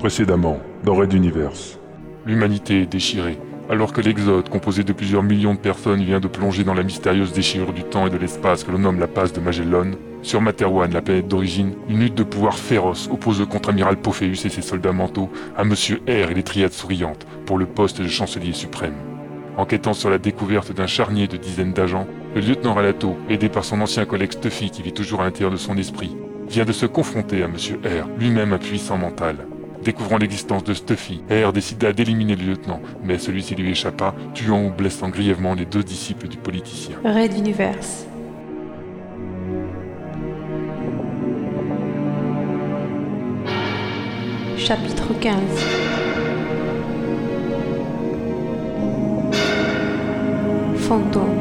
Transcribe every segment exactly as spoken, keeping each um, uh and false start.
Précédemment, dans Red Universe. L'humanité est déchirée, alors que l'Exode, composé de plusieurs millions de personnes, vient de plonger dans la mystérieuse déchirure du temps et de l'espace que l'on nomme la passe de Magellan. Sur Materwan, la planète d'origine, une lutte de pouvoir féroce oppose le contre-amiral Pophéus et ses soldats mentaux à Monsieur R et les Triades souriantes pour le poste de chancelier suprême. Enquêtant sur la découverte d'un charnier de dizaines d'agents, le lieutenant Ralato, aidé par son ancien collègue Stuffy qui vit toujours à l'intérieur de son esprit, vient de se confronter à Monsieur R, lui-même un puissant mental. Découvrant l'existence de Stuffy, R décida d'éliminer le lieutenant, mais celui-ci lui échappa, tuant ou blessant grièvement les deux disciples du politicien. Red Universe. Chapitre quinze. Fantôme.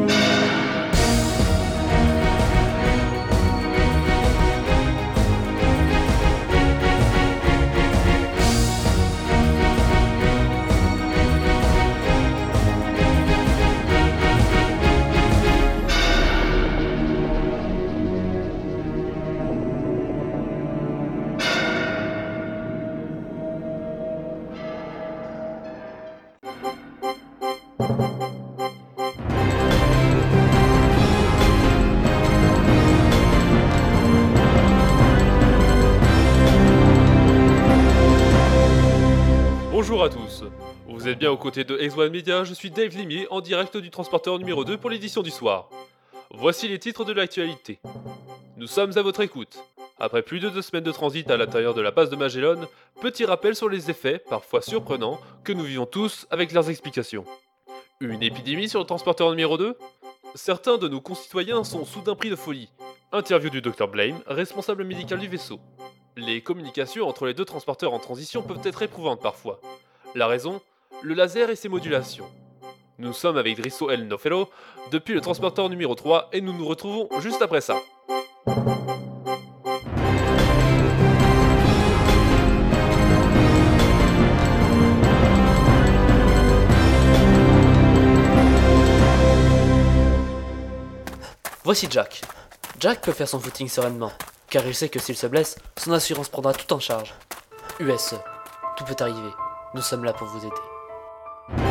Bonjour à tous, vous êtes bien aux côtés de X un Media, je suis Dave Limier en direct du transporteur numéro deux pour l'édition du soir. Voici les titres de l'actualité. Nous sommes à votre écoute. Après plus de deux semaines de transit à l'intérieur de la base de Magellan, petit rappel sur les effets, parfois surprenants, que nous vivons tous avec leurs explications. Une épidémie sur le transporteur numéro deux ? Certains de nos concitoyens sont soudain pris de folie. Interview du docteur Blaine, responsable médical du vaisseau. Les communications entre les deux transporteurs en transition peuvent être éprouvantes parfois. La raison ? Le laser et ses modulations. Nous sommes avec Drisso El Nofelo depuis le transporteur numéro trois et nous nous retrouvons juste après ça. Voici Jack. Jack peut faire son footing sereinement, car il sait que s'il se blesse, son assurance prendra tout en charge. U S E, tout peut arriver. Nous sommes là pour vous aider.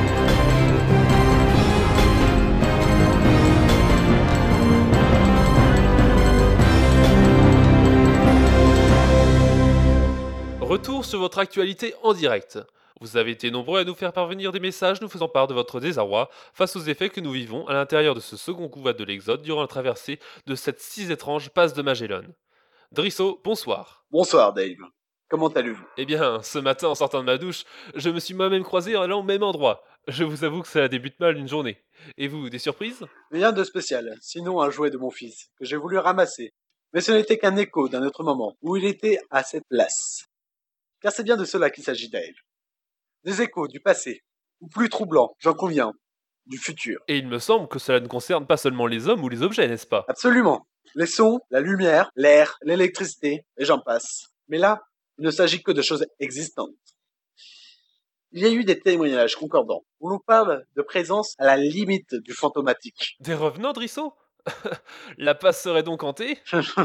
Retour sur votre actualité en direct. Vous avez été nombreux à nous faire parvenir des messages nous faisant part de votre désarroi face aux effets que nous vivons à l'intérieur de ce second couvade de l'Exode durant la traversée de cette si étrange passe de Magellan. Drisso, bonsoir. Bonsoir Dave. Comment allez-vous ? Eh bien, ce matin en sortant de ma douche, je me suis moi-même croisé en allant au même endroit. Je vous avoue que ça débute mal une journée. Et vous, des surprises ? Rien de spécial, sinon un jouet de mon fils, que j'ai voulu ramasser. Mais ce n'était qu'un écho d'un autre moment, où il était à cette place. Car c'est bien de cela qu'il s'agit Dave. Des échos du passé, ou plus troublants, j'en conviens, du futur. Et il me semble que cela ne concerne pas seulement les hommes ou les objets, n'est-ce pas ? Absolument. Les sons, la lumière, l'air, l'électricité, et j'en passe. Mais là, il ne s'agit que de choses existantes. Il y a eu des témoignages concordants, où l'on parle de présence à la limite du fantomatique. Des revenants, Drisso ? La passe serait donc hantée ?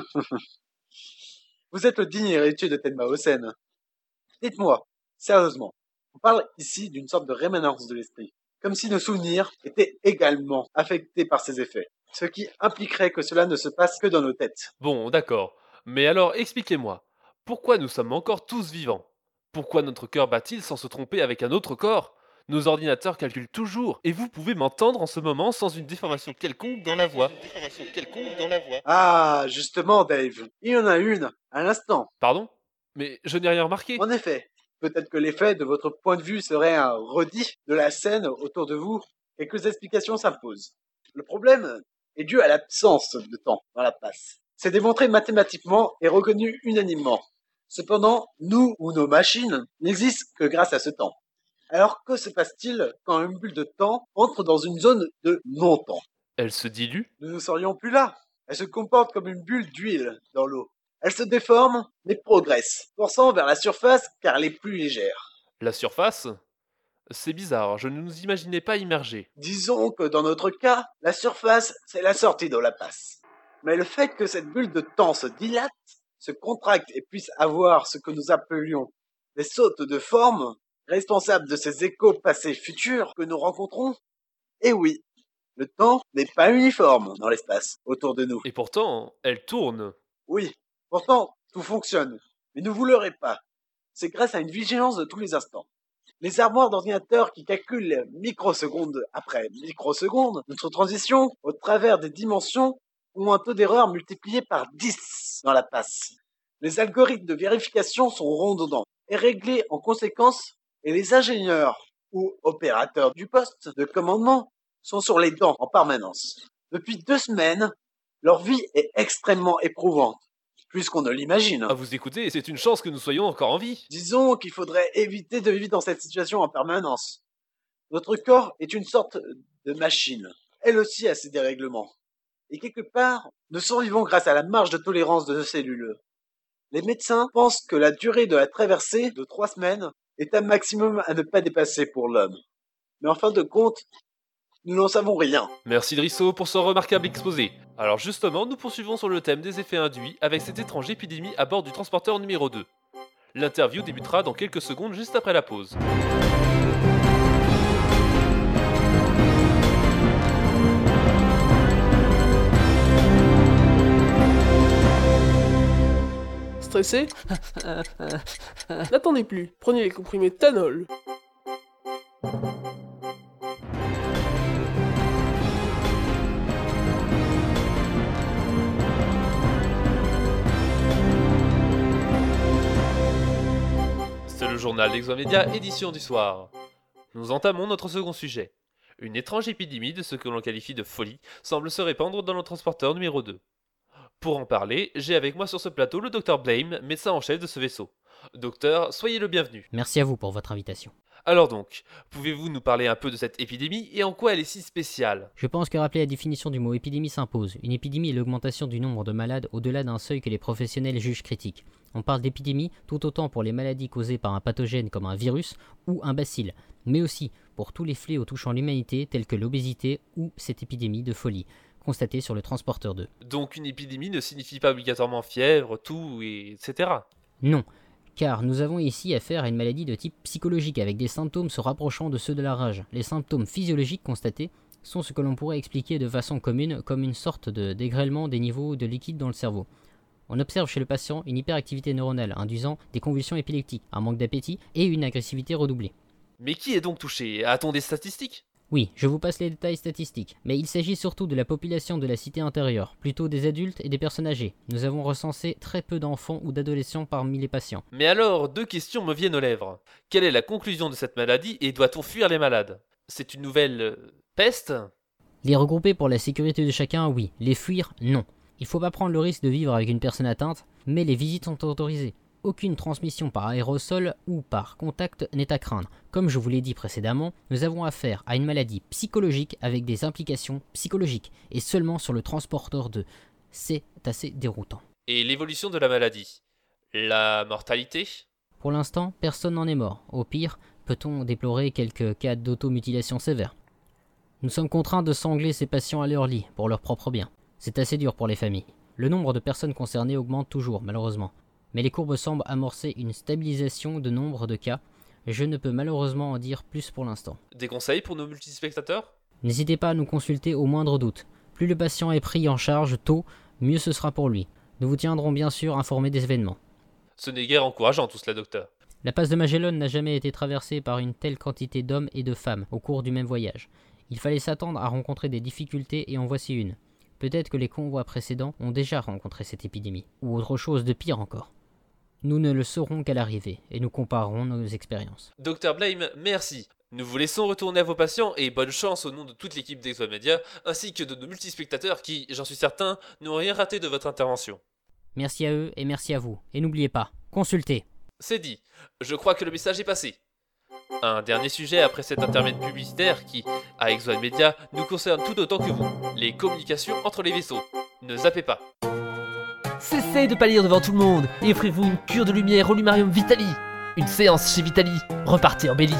Vous êtes le digne héritier de Tenma Hossein. Dites-moi, sérieusement, on parle ici d'une sorte de rémanence de l'esprit, comme si nos souvenirs étaient également affectés par ces effets, ce qui impliquerait que cela ne se passe que dans nos têtes. Bon, d'accord. Mais alors, expliquez-moi, pourquoi nous sommes encore tous vivants ? Pourquoi notre cœur bat-il sans se tromper avec un autre corps ? Nos ordinateurs calculent toujours, et vous pouvez m'entendre en ce moment sans une déformation quelconque dans la voix. Ah, justement, Dave, il y en a une, à l'instant. Pardon ? Mais je n'ai rien remarqué. En effet, peut-être que l'effet de votre point de vue serait un redit de la scène autour de vous, et que les explications s'imposent. Le problème est dû à l'absence de temps dans la passe. C'est démontré mathématiquement et reconnu unanimement. Cependant, nous ou nos machines n'existent que grâce à ce temps. Alors que se passe-t-il quand une bulle de temps entre dans une zone de non-temps ? Elle se dilue ? Nous ne serions plus là. Elle se comporte comme une bulle d'huile dans l'eau. Elle se déforme, mais progresse, forçant vers la surface car elle est plus légère. La surface ? C'est bizarre, je ne nous imaginais pas immergés. Disons que dans notre cas, la surface, c'est la sortie de la passe. Mais le fait que cette bulle de temps se dilate, se contracte et puisse avoir ce que nous appelions des sautes de forme responsables de ces échos passés futurs que nous rencontrons? Eh oui, le temps n'est pas uniforme dans l'espace autour de nous. Et pourtant, elle tourne. Oui, pourtant, tout fonctionne. Mais ne vous leurrez pas. C'est grâce à une vigilance de tous les instants. Les armoires d'ordinateurs qui calculent microseconde après microseconde notre transition au travers des dimensions ont un taux d'erreur multiplié par dix dans la passe. Les algorithmes de vérification sont redondants et réglés en conséquence, et les ingénieurs ou opérateurs du poste de commandement sont sur les dents en permanence. Depuis deux semaines, leur vie est extrêmement éprouvante, plus qu'on ne l'imagine. À vous écouter, c'est une chance que nous soyons encore en vie. Disons qu'il faudrait éviter de vivre dans cette situation en permanence. Notre corps est une sorte de machine. Elle aussi a ses dérèglements. Et quelque part, nous survivons grâce à la marge de tolérance de nos cellules. Les médecins pensent que la durée de la traversée de trois semaines est un maximum à ne pas dépasser pour l'homme. Mais en fin de compte, nous n'en savons rien. Merci Drisso pour ce remarquable exposé. Alors justement, nous poursuivons sur le thème des effets induits avec cette étrange épidémie à bord du transporteur numéro deux. L'interview débutera dans quelques secondes juste après la pause. Stressé? N'attendez plus, prenez les comprimés Tanol. C'est le journal d'Exomédia, édition du soir. Nous entamons notre second sujet. Une étrange épidémie de ce que l'on qualifie de folie semble se répandre dans le transporteur numéro deux. Pour en parler, j'ai avec moi sur ce plateau le docteur Blame, médecin en chef de ce vaisseau. Docteur, soyez le bienvenu. Merci à vous pour votre invitation. Alors donc, pouvez-vous nous parler un peu de cette épidémie et en quoi elle est si spéciale? Je pense que rappeler la définition du mot épidémie s'impose. Une épidémie est l'augmentation du nombre de malades au-delà d'un seuil que les professionnels jugent critique. On parle d'épidémie tout autant pour les maladies causées par un pathogène comme un virus ou un bacille, mais aussi pour tous les fléaux touchant l'humanité tels que l'obésité ou cette épidémie de folie, constatée sur le transporteur deux. Donc une épidémie ne signifie pas obligatoirement fièvre, toux, et etc. Non, car nous avons ici affaire à une maladie de type psychologique avec des symptômes se rapprochant de ceux de la rage. Les symptômes physiologiques constatés sont ce que l'on pourrait expliquer de façon commune comme une sorte de dégrêlement des niveaux de liquide dans le cerveau. On observe chez le patient une hyperactivité neuronale induisant des convulsions épileptiques, un manque d'appétit et une agressivité redoublée. Mais qui est donc touché? A-t-on des statistiques? Oui, je vous passe les détails statistiques, mais il s'agit surtout de la population de la cité intérieure, plutôt des adultes et des personnes âgées. Nous avons recensé très peu d'enfants ou d'adolescents parmi les patients. Mais alors, deux questions me viennent aux lèvres. Quelle est la conclusion de cette maladie et doit-on fuir les malades? C'est une nouvelle... Euh, peste? Les regrouper pour la sécurité de chacun, oui. Les fuir, non. Il faut pas prendre le risque de vivre avec une personne atteinte, mais les visites sont autorisées. Aucune transmission par aérosol ou par contact n'est à craindre. Comme je vous l'ai dit précédemment, nous avons affaire à une maladie psychologique avec des implications psychologiques, et seulement sur le transporteur deux. C'est assez déroutant. Et l'évolution de la maladie? La mortalité? Pour l'instant, personne n'en est mort. Au pire, peut-on déplorer quelques cas d'automutilation sévères. Nous sommes contraints de sangler ces patients à leur lit, pour leur propre bien. C'est assez dur pour les familles. Le nombre de personnes concernées augmente toujours, malheureusement. Mais les courbes semblent amorcer une stabilisation de nombre de cas. Je ne peux malheureusement en dire plus pour l'instant. Des conseils pour nos multispectateurs? N'hésitez pas à nous consulter au moindre doute. Plus le patient est pris en charge tôt, mieux ce sera pour lui. Nous vous tiendrons bien sûr informés des événements. Ce n'est guère encourageant tout cela, docteur. La passe de Magellan n'a jamais été traversée par une telle quantité d'hommes et de femmes au cours du même voyage. Il fallait s'attendre à rencontrer des difficultés et en voici une. Peut-être que les convois précédents ont déjà rencontré cette épidémie, ou autre chose de pire encore. Nous ne le saurons qu'à l'arrivée, et nous comparerons nos expériences. Docteur Blame, merci. Nous vous laissons retourner à vos patients et bonne chance au nom de toute l'équipe d'Exomedia, ainsi que de nos multispectateurs qui, j'en suis certain, n'ont rien raté de votre intervention. Merci à eux et merci à vous. Et n'oubliez pas, consultez. C'est dit. Je crois que le message est passé. Un dernier sujet après cet intermède publicitaire qui, à Exomedia, nous concerne tout autant que vous. Les communications entre les vaisseaux. Ne zappez pas. Cessez de pâlir devant tout le monde et offrez-vous une cure de lumière au Lumarium Vitali. Une séance chez Vitali. Repartez embelli.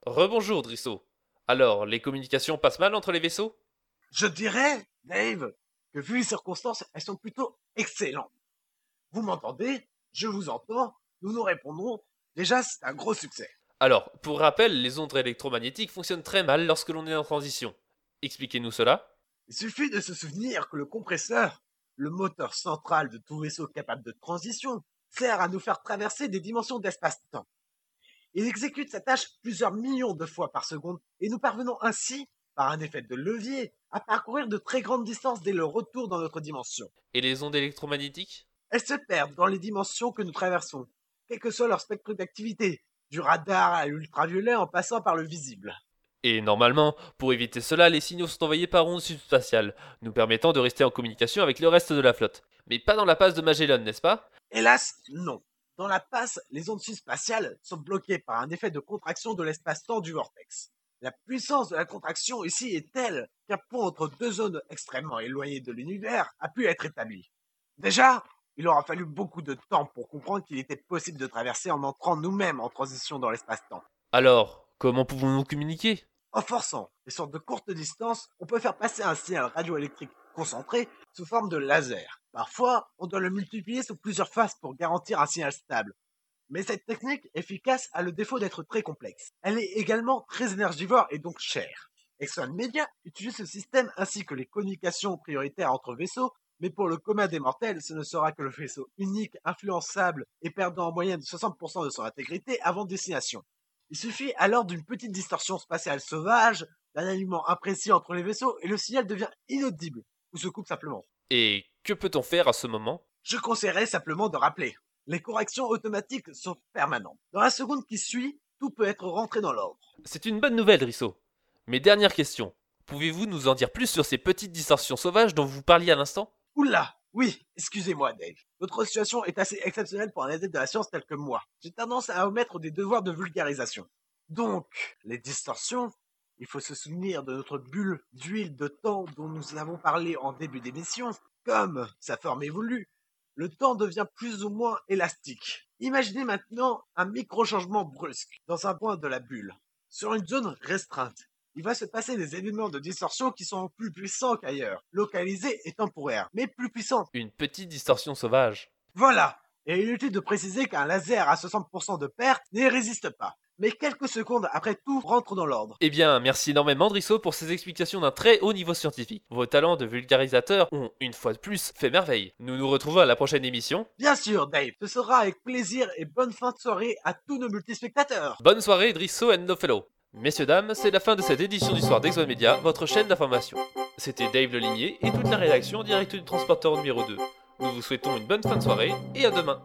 Rebonjour Drisso. Alors, les communications passent mal entre les vaisseaux? Je dirais, Dave, que vu les circonstances, elles sont plutôt excellentes. Vous m'entendez? Je vous entends. Nous nous répondrons. Déjà, c'est un gros succès. Alors, pour rappel, les ondes électromagnétiques fonctionnent très mal lorsque l'on est en transition. Expliquez-nous cela. Il suffit de se souvenir que le compresseur, le moteur central de tout vaisseau capable de transition, sert à nous faire traverser des dimensions d'espace-temps. Il exécute sa tâche plusieurs millions de fois par seconde et nous parvenons ainsi, par un effet de levier, à parcourir de très grandes distances dès le retour dans notre dimension. Et les ondes électromagnétiques? Elles se perdent dans les dimensions que nous traversons, quel que soit leur spectre d'activité, du radar à l'ultraviolet en passant par le visible. Et normalement, pour éviter cela, les signaux sont envoyés par ondes subspatiales, nous permettant de rester en communication avec le reste de la flotte. Mais pas dans la passe de Magellan, n'est-ce pas? Hélas, non. Dans la passe, les ondes subspatiales sont bloquées par un effet de contraction de l'espace-temps du vortex. La puissance de la contraction ici est telle qu'un pont entre deux zones extrêmement éloignées de l'univers a pu être établi. Déjà, il aura fallu beaucoup de temps pour comprendre qu'il était possible de traverser en entrant nous-mêmes en transition dans l'espace-temps. Alors, comment pouvons-nous communiquer? En forçant et sur de courtes distances, on peut faire passer un signal radioélectrique concentré sous forme de laser. Parfois, on doit le multiplier sous plusieurs faces pour garantir un signal stable. Mais cette technique efficace a le défaut d'être très complexe. Elle est également très énergivore et donc chère. X one Media utilise ce système ainsi que les communications prioritaires entre vaisseaux, mais pour le commun des mortels, ce ne sera que le vaisseau unique, influençable et perdant en moyenne soixante pour cent de son intégrité avant destination. Il suffit alors d'une petite distorsion spatiale sauvage, d'un alignement imprécis entre les vaisseaux et le signal devient inaudible ou se coupe simplement. Et que peut-on faire à ce moment? Je conseillerais simplement de rappeler. Les corrections automatiques sont permanentes. Dans la seconde qui suit, tout peut être rentré dans l'ordre. C'est une bonne nouvelle, Drisso. Mais dernière question. Pouvez-vous nous en dire plus sur ces petites distorsions sauvages dont vous parliez à l'instant? Oula, oui, excusez-moi Dave. Votre situation est assez exceptionnelle pour un adepte de la science tel que moi. J'ai tendance à omettre des devoirs de vulgarisation. Donc, les distorsions, il faut se souvenir de notre bulle d'huile de temps dont nous avons parlé en début d'émission. Comme sa forme évolue, le temps devient plus ou moins élastique. Imaginez maintenant un micro-changement brusque dans un point de la bulle. Sur une zone restreinte, il va se passer des événements de distorsion qui sont plus puissants qu'ailleurs, localisés et temporaires, mais plus puissants. Une petite distorsion sauvage. Voilà. Et inutile de préciser qu'un laser à soixante pour cent de perte n'y résiste pas. Mais quelques secondes après, tout rentre dans l'ordre. Eh bien, merci énormément Drisso pour ces explications d'un très haut niveau scientifique. Vos talents de vulgarisateur ont, une fois de plus, fait merveille. Nous nous retrouvons à la prochaine émission. Bien sûr, Dave. Ce sera avec plaisir et bonne fin de soirée à tous nos multispectateurs. Bonne soirée Drisso and no fellow. Messieurs, dames, c'est la fin de cette édition du soir d'X one Media, votre chaîne d'information. C'était Dave le Limier et toute la rédaction en direct du transporteur numéro deux. Nous vous souhaitons une bonne fin de soirée et à demain.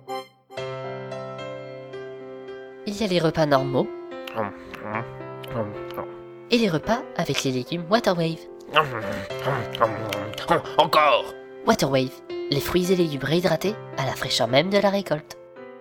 Il y a les repas normaux et les repas avec les légumes Waterwave. Encore! Waterwave, les fruits et légumes réhydratés à la fraîcheur même de la récolte.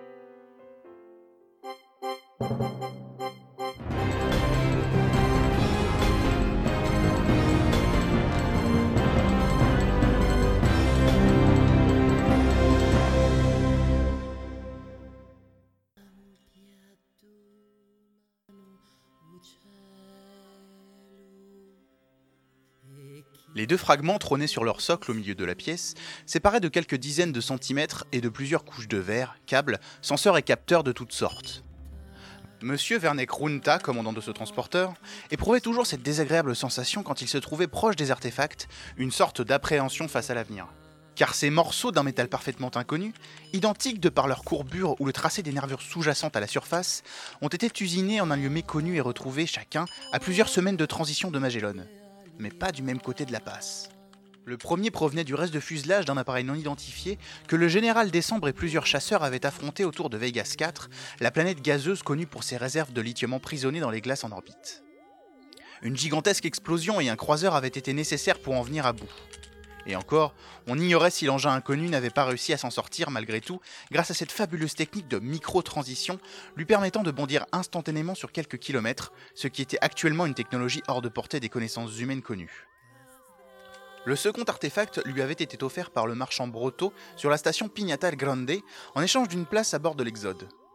Les deux fragments trônaient sur leur socle au milieu de la pièce, séparés de quelques dizaines de centimètres et de plusieurs couches de verre, câbles, senseurs et capteurs de toutes sortes. Monsieur Werner Runta, commandant de ce transporteur, éprouvait toujours cette désagréable sensation quand il se trouvait proche des artefacts, une sorte d'appréhension face à l'avenir. Car ces morceaux d'un métal parfaitement inconnu, identiques de par leur courbure ou le tracé des nervures sous-jacentes à la surface, ont été usinés en un lieu méconnu et retrouvés chacun à plusieurs semaines de transition de Magellan. Mais pas du même côté de la passe. Le premier provenait du reste de fuselage d'un appareil non identifié que le général Décembre et plusieurs chasseurs avaient affronté autour de Vegas quatre, la planète gazeuse connue pour ses réserves de lithium emprisonnées dans les glaces en orbite. Une gigantesque explosion et un croiseur avaient été nécessaires pour en venir à bout. Et encore, on ignorait si l'engin inconnu n'avait pas réussi à s'en sortir malgré tout grâce à cette fabuleuse technique de micro-transition lui permettant de bondir instantanément sur quelques kilomètres, ce qui était actuellement une technologie hors de portée des connaissances humaines connues. Le second artefact lui avait été offert par le marchand Brotto sur la station Pignata Grande en échange d'une place à bord de l'Exode.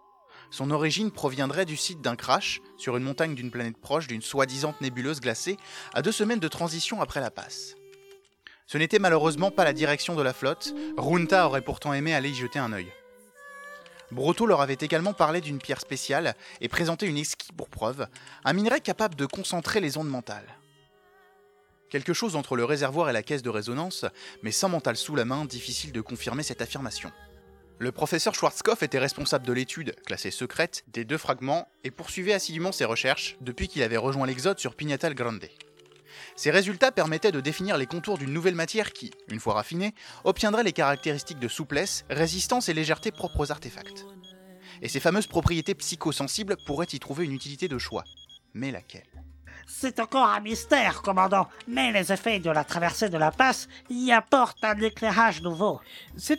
Son origine proviendrait du site d'un crash sur une montagne d'une planète proche d'une soi-disant nébuleuse glacée à deux semaines de transition après la passe. Ce n'était malheureusement pas la direction de la flotte, Runta aurait pourtant aimé aller y jeter un œil. Broto leur avait également parlé d'une pierre spéciale et présenté une esquisse pour preuve, un minerai capable de concentrer les ondes mentales. Quelque chose entre le réservoir et la caisse de résonance, mais sans mental sous la main, difficile de confirmer cette affirmation. Le professeur Schwarzkopf était responsable de l'étude, classée secrète, des deux fragments et poursuivait assidûment ses recherches depuis qu'il avait rejoint l'Exode sur Pignata Grande. Ces résultats permettaient de définir les contours d'une nouvelle matière qui, une fois raffinée, obtiendrait les caractéristiques de souplesse, résistance et légèreté propres aux artefacts. Et ces fameuses propriétés psychosensibles pourraient y trouver une utilité de choix. Mais laquelle ? C'est encore un mystère, commandant, mais les effets de la traversée de la passe y apportent un éclairage nouveau. C'est-à-dire ?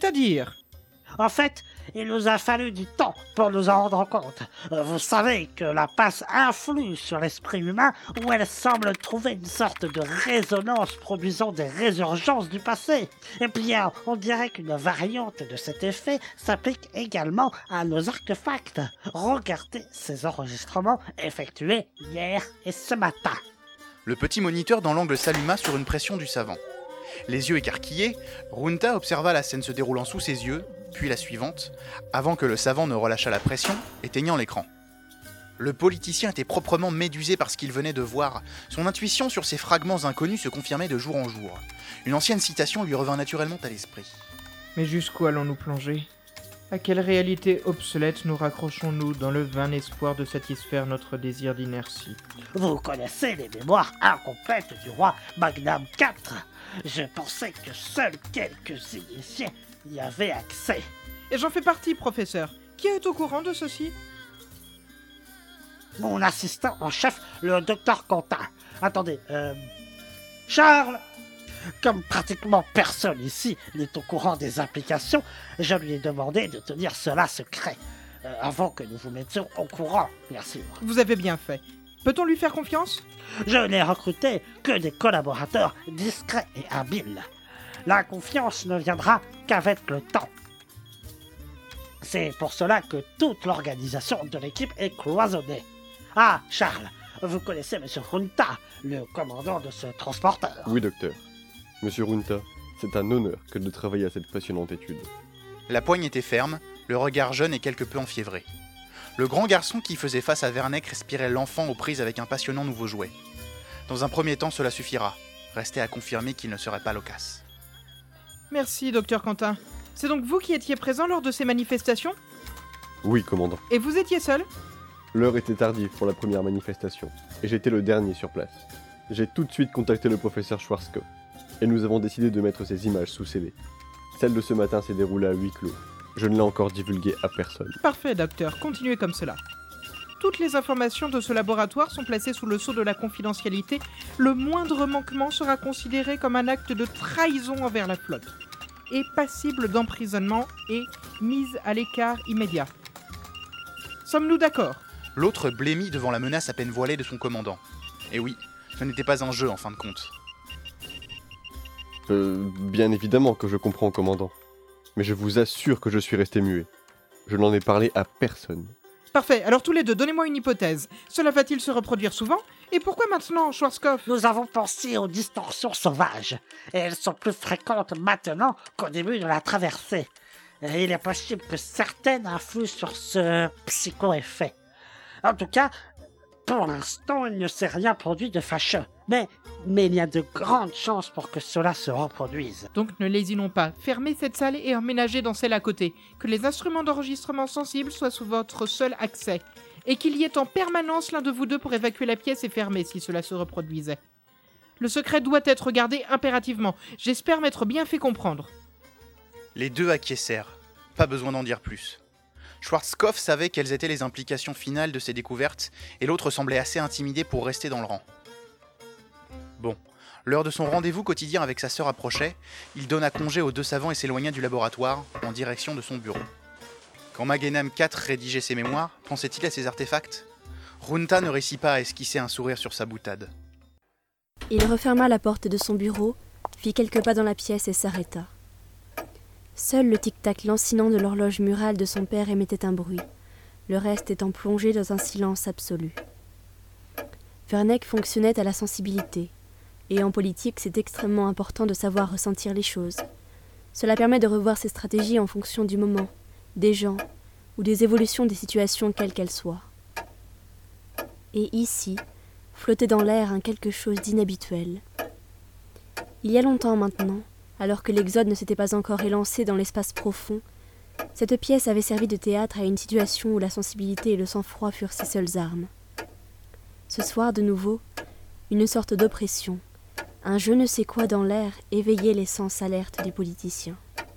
En fait, il nous a fallu du temps pour nous en rendre compte. Vous savez que la passe influe sur l'esprit humain où elle semble trouver une sorte de résonance produisant des résurgences du passé. Eh bien, on dirait qu'une variante de cet effet s'applique également à nos artefacts. Regardez ces enregistrements effectués hier et ce matin. Le petit moniteur dans l'angle s'alluma sur une pression du savant. Les yeux écarquillés, Runta observa la scène se déroulant sous ses yeux, puis la suivante, avant que le savant ne relâchât la pression, éteignant l'écran. Le politicien était proprement médusé par ce qu'il venait de voir. Son intuition sur ces fragments inconnus se confirmait de jour en jour. Une ancienne citation lui revint naturellement à l'esprit. Mais jusqu'où allons-nous plonger ? À quelle réalité obsolète nous raccrochons-nous dans le vain espoir de satisfaire notre désir d'inertie ? Vous connaissez les mémoires incomplètes du roi Magnam quatre. Je pensais que seuls quelques initiés y avaient accès. Et j'en fais partie, professeur. Qui est au courant de ceci ? Mon assistant en chef, le docteur Quentin. Attendez, euh... Charles ? Comme pratiquement personne ici n'est au courant des implications, je lui ai demandé de tenir cela secret, euh, avant que nous vous mettions au courant, bien sûr. Vous avez bien fait. Peut-on lui faire confiance ? Je n'ai recruté que des collaborateurs discrets et habiles. La confiance ne viendra qu'avec le temps. C'est pour cela que toute l'organisation de l'équipe est cloisonnée. Ah, Charles, vous connaissez M. Runta, le commandant de ce transporteur. Oui, docteur. Monsieur Runta, c'est un honneur que de travailler à cette passionnante étude. La poigne était ferme, le regard jeune et quelque peu enfiévré. Le grand garçon qui faisait face à Verneck respirait l'enfant aux prises avec un passionnant nouveau jouet. Dans un premier temps, cela suffira. Restait à confirmer qu'il ne serait pas loquace. Merci, docteur Quentin. C'est donc vous qui étiez présent lors de ces manifestations ? Oui, commandant. Et vous étiez seul ? L'heure était tardive pour la première manifestation, et j'étais le dernier sur place. J'ai tout de suite contacté le professeur Schwarzkopf, et nous avons décidé de mettre ces images sous scellé. Celle de ce matin s'est déroulée à huis clos. Je ne l'ai encore divulguée à personne. Parfait, docteur. Continuez comme cela. Toutes les informations de ce laboratoire sont placées sous le sceau de la confidentialité. Le moindre manquement sera considéré comme un acte de trahison envers la flotte, et passible d'emprisonnement et mise à l'écart immédiat. Sommes-nous d'accord ? L'autre blêmit devant la menace à peine voilée de son commandant. Et oui, ce n'était pas un jeu en fin de compte. Euh, bien évidemment que je comprends, commandant. Mais je vous assure que je suis resté muet. Je n'en ai parlé à personne. Parfait, alors tous les deux, donnez-moi une hypothèse. Cela va-t-il se reproduire souvent ? Et pourquoi maintenant, Schwarzkopf ? Nous avons pensé aux distorsions sauvages, et elles sont plus fréquentes maintenant qu'au début de la traversée. Et il est possible que certaines influent sur ce psycho-effet. En tout cas, pour l'instant, il ne s'est rien produit de fâcheux. Mais, mais il y a de grandes chances pour que cela se reproduise. Donc ne lésinons pas. Fermez cette salle et emménagez dans celle à côté. Que les instruments d'enregistrement sensibles soient sous votre seul accès. Et qu'il y ait en permanence l'un de vous deux pour évacuer la pièce et fermer si cela se reproduisait. Le secret doit être gardé impérativement. J'espère m'être bien fait comprendre. Les deux acquiescèrent. Pas besoin d'en dire plus. Schwarzkopf savait quelles étaient les implications finales de ces découvertes, et l'autre semblait assez intimidé pour rester dans le rang. Bon, l'heure de son rendez-vous quotidien avec sa sœur approchait, il donna congé aux deux savants et s'éloigna du laboratoire, en direction de son bureau. Quand Magenam quatre rédigeait ses mémoires, pensait-il à ces artefacts ? Runta ne réussit pas à esquisser un sourire sur sa boutade. Il referma la porte de son bureau, fit quelques pas dans la pièce et s'arrêta. Seul le tic-tac lancinant de l'horloge murale de son père émettait un bruit, le reste étant plongé dans un silence absolu. Werneck fonctionnait à la sensibilité, et en politique c'est extrêmement important de savoir ressentir les choses. Cela permet de revoir ses stratégies en fonction du moment, des gens, ou des évolutions des situations quelles qu'elles soient. Et ici, flottait dans l'air un quelque chose d'inhabituel. Il y a longtemps maintenant, alors que l'exode ne s'était pas encore élancé dans l'espace profond, cette pièce avait servi de théâtre à une situation où la sensibilité et le sang-froid furent ses seules armes. Ce soir, de nouveau, une sorte d'oppression, un je ne sais quoi dans l'air éveillait les sens alertes du politicien.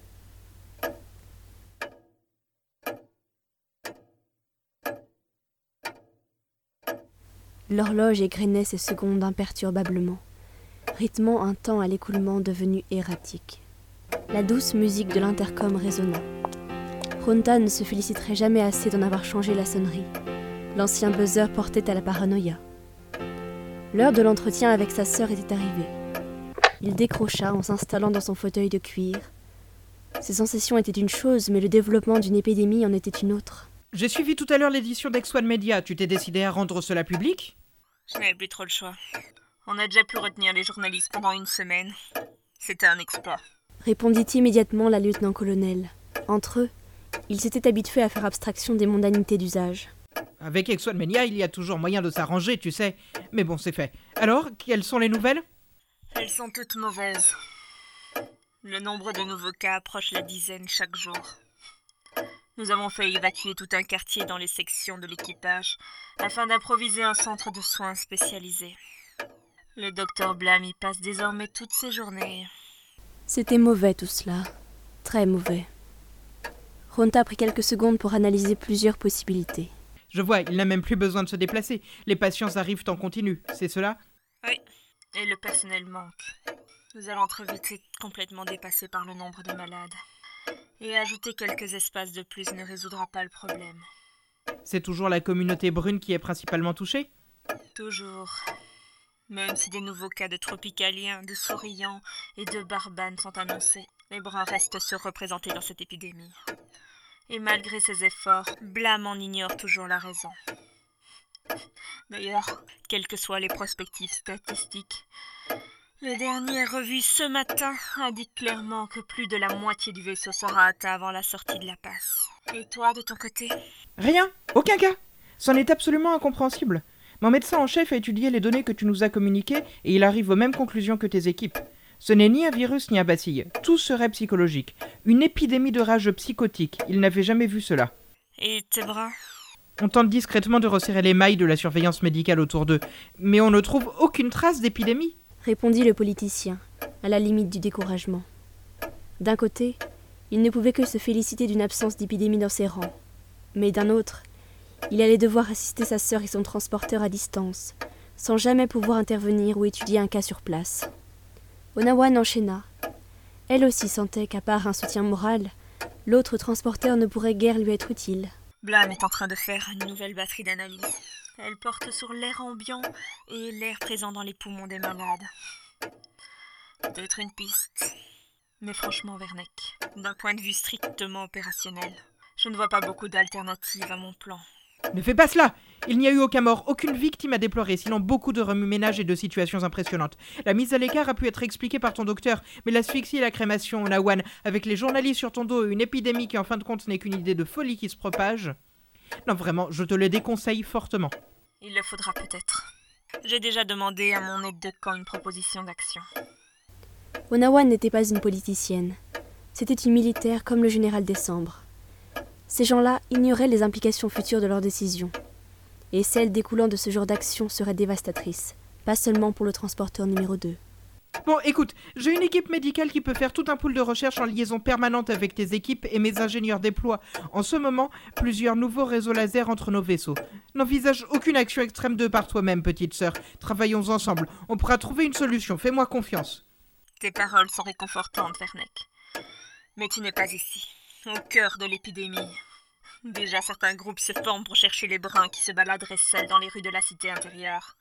L'horloge égrenait ses secondes imperturbablement, rythmant un temps à l'écoulement devenu erratique. La douce musique de l'intercom résonna. Ronta ne se féliciterait jamais assez d'en avoir changé la sonnerie. L'ancien buzzer portait à la paranoïa. L'heure de l'entretien avec sa sœur était arrivée. Il décrocha en s'installant dans son fauteuil de cuir. Ses sensations étaient une chose, mais le développement d'une épidémie en était une autre. J'ai suivi tout à l'heure l'édition d'X un Media. Tu t'es décidé à rendre cela public ? Je n'avais plus trop le choix. On a déjà pu retenir les journalistes pendant une semaine. C'était un exploit. Répondit immédiatement la lieutenant-colonel. Entre eux, ils s'étaient habitués à faire abstraction des mondanités d'usage. Avec X un Media, il y a toujours moyen de s'arranger, tu sais. Mais bon, c'est fait. Alors, quelles sont les nouvelles ? Elles sont toutes mauvaises. Le nombre de nouveaux cas approche la dizaine chaque jour. Nous avons fait évacuer tout un quartier dans les sections de l'équipage afin d'improviser un centre de soins spécialisé. Le docteur Blam y passe désormais toutes ses journées. C'était mauvais tout cela. Très mauvais. Ronta prit quelques secondes pour analyser plusieurs possibilités. Je vois, il n'a même plus besoin de se déplacer. Les patients arrivent en continu, c'est cela ? Oui, et le personnel manque. Nous allons très vite être complètement dépassés par le nombre de malades. Et ajouter quelques espaces de plus ne résoudra pas le problème. C'est toujours la communauté brune qui est principalement touchée ? Toujours. Même si des nouveaux cas de tropicaliens, de souriants et de barbanes sont annoncés, les bruns restent surreprésentés dans cette épidémie. Et malgré ses efforts, Blam en ignore toujours la raison. D'ailleurs, quelles que soient les perspectives statistiques, le dernier revu ce matin indique clairement que plus de la moitié du vaisseau sera atteint avant la sortie de la passe. Et toi, de ton côté ? Rien, aucun cas. C'en est absolument incompréhensible. Mon médecin en chef a étudié les données que tu nous as communiquées et il arrive aux mêmes conclusions que tes équipes. Ce n'est ni un virus ni un bacille, tout serait psychologique. Une épidémie de rage psychotique, il n'avait jamais vu cela. Et tes bras ? On tente discrètement de resserrer les mailles de la surveillance médicale autour d'eux, mais on ne trouve aucune trace d'épidémie. Répondit le politicien, à la limite du découragement. D'un côté, il ne pouvait que se féliciter d'une absence d'épidémie dans ses rangs. Mais d'un autre, il allait devoir assister sa sœur et son transporteur à distance, sans jamais pouvoir intervenir ou étudier un cas sur place. Onawan enchaîna. Elle aussi sentait qu'à part un soutien moral, l'autre transporteur ne pourrait guère lui être utile. Blam est en train de faire une nouvelle batterie d'analyse. Elle porte sur l'air ambiant et l'air présent dans les poumons des malades. Peut-être une piste. Mais franchement, Werneck, d'un point de vue strictement opérationnel, je ne vois pas beaucoup d'alternatives à mon plan. Ne fais pas cela! Il n'y a eu aucun mort, aucune victime à déplorer, sinon beaucoup de remue-ménage et de situations impressionnantes. La mise à l'écart a pu être expliquée par ton docteur, mais l'asphyxie et la crémation, Onawan, avec les journalistes sur ton dos et une épidémie qui en fin de compte n'est qu'une idée de folie qui se propage... Non, vraiment, je te le déconseille fortement. Il le faudra peut-être. J'ai déjà demandé à mon aide de camp une proposition d'action. Onawan n'était pas une politicienne. C'était une militaire comme le général Décembre. Ces gens-là ignoraient les implications futures de leurs décisions. Et celles découlant de ce genre d'action seraient dévastatrices, pas seulement pour le transporteur numéro deux. Bon, écoute, j'ai une équipe médicale qui peut faire tout un pool de recherche en liaison permanente avec tes équipes et mes ingénieurs déploient, en ce moment, plusieurs nouveaux réseaux laser entre nos vaisseaux. N'envisage aucune action extrême de par toi-même, petite sœur. Travaillons ensemble, on pourra trouver une solution, fais-moi confiance. Tes paroles sont réconfortantes, Werneck. Mais tu n'es pas ici, au cœur de l'épidémie. Déjà, certains groupes se forment pour chercher les bruns qui se baladeraient seuls dans les rues de la cité intérieure.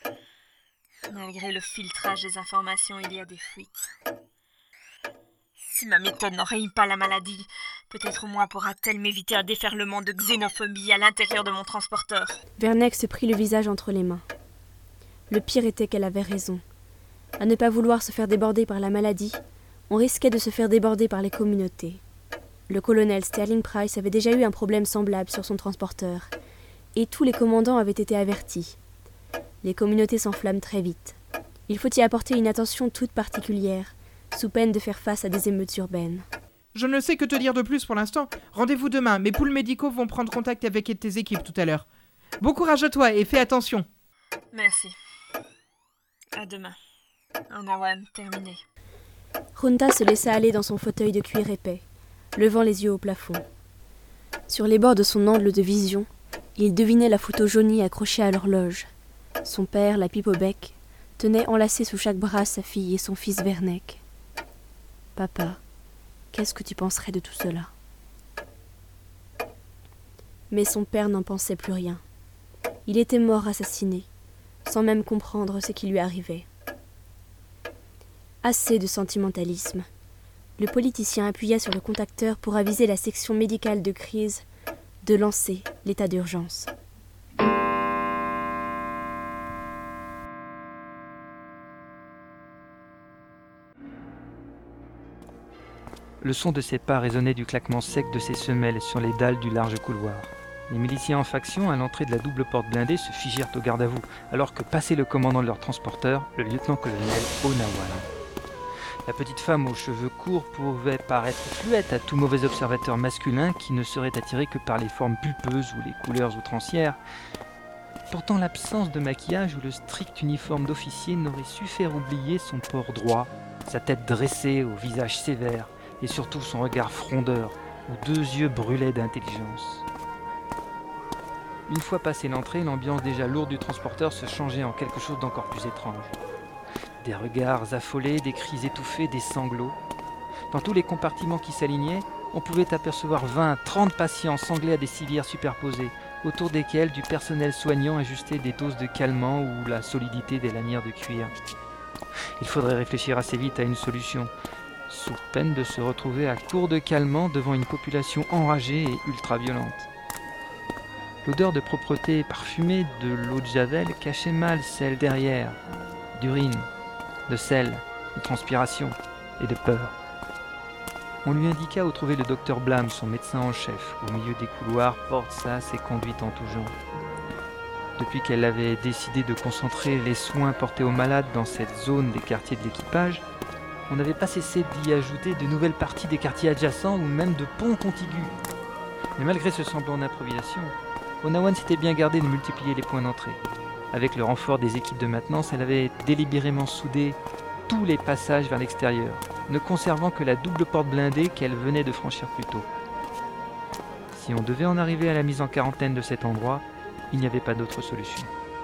Malgré le filtrage des informations, il y a des fuites. Si ma méthode n'enraye pas la maladie, Peut-être au moins pourra-t-elle m'éviter un déferlement de xénophobie à l'intérieur de mon transporteur. Verneck se prit le visage entre les mains. Le pire était qu'elle avait raison. À ne pas vouloir se faire déborder par la maladie, on risquait de se faire déborder par les communautés. Le colonel Sterling Price avait déjà eu un problème semblable sur son transporteur, et tous les commandants avaient été avertis. Les communautés s'enflamment très vite. Il faut y apporter une attention toute particulière, sous peine de faire face à des émeutes urbaines. Je ne sais que te dire de plus pour l'instant. Rendez-vous demain, mes poules médicaux vont prendre contact avec tes équipes tout à l'heure. Bon courage à toi et fais attention. Merci. À demain. Onawan, terminé. Runta se laissa aller dans son fauteuil de cuir épais, levant les yeux au plafond. Sur les bords de son angle de vision, il devinait la photo jaunie accrochée à l'horloge. Son père, la pipe au bec, tenait enlacé sous chaque bras sa fille et son fils Verneck. « Papa, qu'est-ce que tu penserais de tout cela ?» Mais son père n'en pensait plus rien. Il était mort assassiné, sans même comprendre ce qui lui arrivait. Assez de sentimentalisme. Le politicien appuya sur le contacteur pour aviser la section médicale de crise de lancer l'état d'urgence. Le son de ses pas résonnait du claquement sec de ses semelles sur les dalles du large couloir. Les miliciens en faction, à l'entrée de la double porte blindée, se figèrent au garde-à-vous, alors que passait le commandant de leur transporteur, le lieutenant-colonel Onawan. La petite femme aux cheveux courts pouvait paraître fluette à tout mauvais observateur masculin qui ne serait attiré que par les formes pulpeuses ou les couleurs outrancières. Pourtant, l'absence de maquillage ou le strict uniforme d'officier n'aurait su faire oublier son port droit, sa tête dressée au visage sévère et surtout son regard frondeur où deux yeux brûlaient d'intelligence. Une fois passée l'entrée, l'ambiance déjà lourde du transporteur se changeait en quelque chose d'encore plus étrange. Des regards affolés, des cris étouffés, des sanglots. Dans tous les compartiments qui s'alignaient, on pouvait apercevoir vingt, trente patients sanglés à des civières superposées, autour desquels du personnel soignant ajustait des doses de calmants ou la solidité des lanières de cuir. Il faudrait réfléchir assez vite à une solution, sous peine de se retrouver à court de calmants devant une population enragée et ultra-violente. L'odeur de propreté parfumée de l'eau de javel cachait mal celle derrière, d'urine, de sel, de transpiration et de peur. On lui indiqua où trouver le docteur Blam, son médecin en chef, au milieu des couloirs, portes sas et conduites en tout genre. Depuis qu'elle avait décidé de concentrer les soins portés aux malades dans cette zone des quartiers de l'équipage, on n'avait pas cessé d'y ajouter de nouvelles parties des quartiers adjacents ou même de ponts contigus. Mais malgré ce semblant d'improvisation, Onawan s'était bien gardé de multiplier les points d'entrée. Avec le renfort des équipes de maintenance, elle avait délibérément soudé tous les passages vers l'extérieur, ne conservant que la double porte blindée qu'elle venait de franchir plus tôt. Si on devait en arriver à la mise en quarantaine de cet endroit, il n'y avait pas d'autre solution.